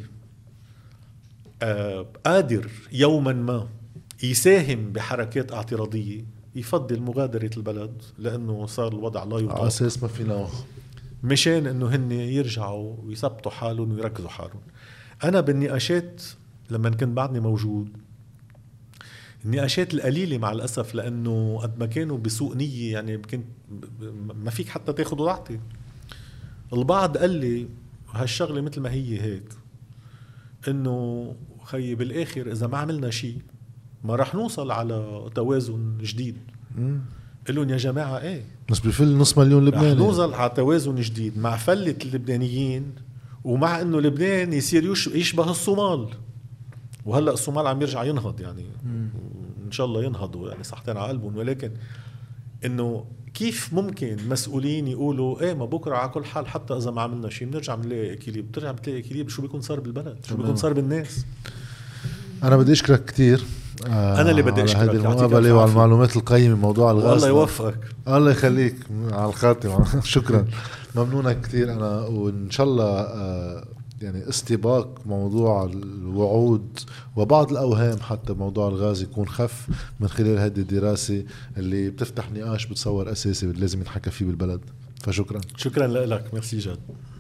قادر يوما ما يساهم بحركات اعتراضية يفضل مغادرة البلد، لأنه صار الوضع لا يطاق. أساس ما فينا مشان أنه هن يرجعوا ويثبتوا حالهم ويركزوا حالهم. أنا بالنقاشات لما كنت بعدني موجود، النقاشات القليلة مع الأسف، لأنه قد ما كانوا بسوء نية، يعني كنت ما فيك حتى تاخد وتعطي. البعض قال لي هالشغلة مثل ما هي هيك، إنه خي بالآخر إذا ما عملنا شيء ما رح نوصل على توازن جديد. قلون يا جماعة إيه، بس بفل نص مليون لبناني رح نوصل على توازن جديد مع فلة اللبنانيين، ومع إنه لبنان يصير يشبه الصومال. وهلأ الصومال عم يرجع ينهض، يعني إن شاء الله ينهضوا، يعني صحتين على قلبهم. ولكن إنه كيف ممكن مسؤولين يقولوا إيه ما بكرة على كل حال حتى إذا ما عملنا شيء بنرجع بنلاقي إكيليب، بترجع بتلاقي إكيليب. شو بيكون صار بالبلد؟ شو بيكون صار بالناس؟ أنا بدي أشكرك كتير. أنا اللي بدي أشكرك على هذه المقابلة وعلى المعلومات القيمة موضوع الغاز. الله يوفقك. الله يخليك على الخاتم. شكرا، ممنونك كتير. أنا وإن شاء الله يعني استباق موضوع الوعود وبعض الأوهام حتى موضوع الغاز يكون خف من خلال هذه الدراسة اللي بتفتح نقاش بتصور أساسي لازم ينحكى فيه بالبلد. فشكرا. شكرا لك، ميرسي جد.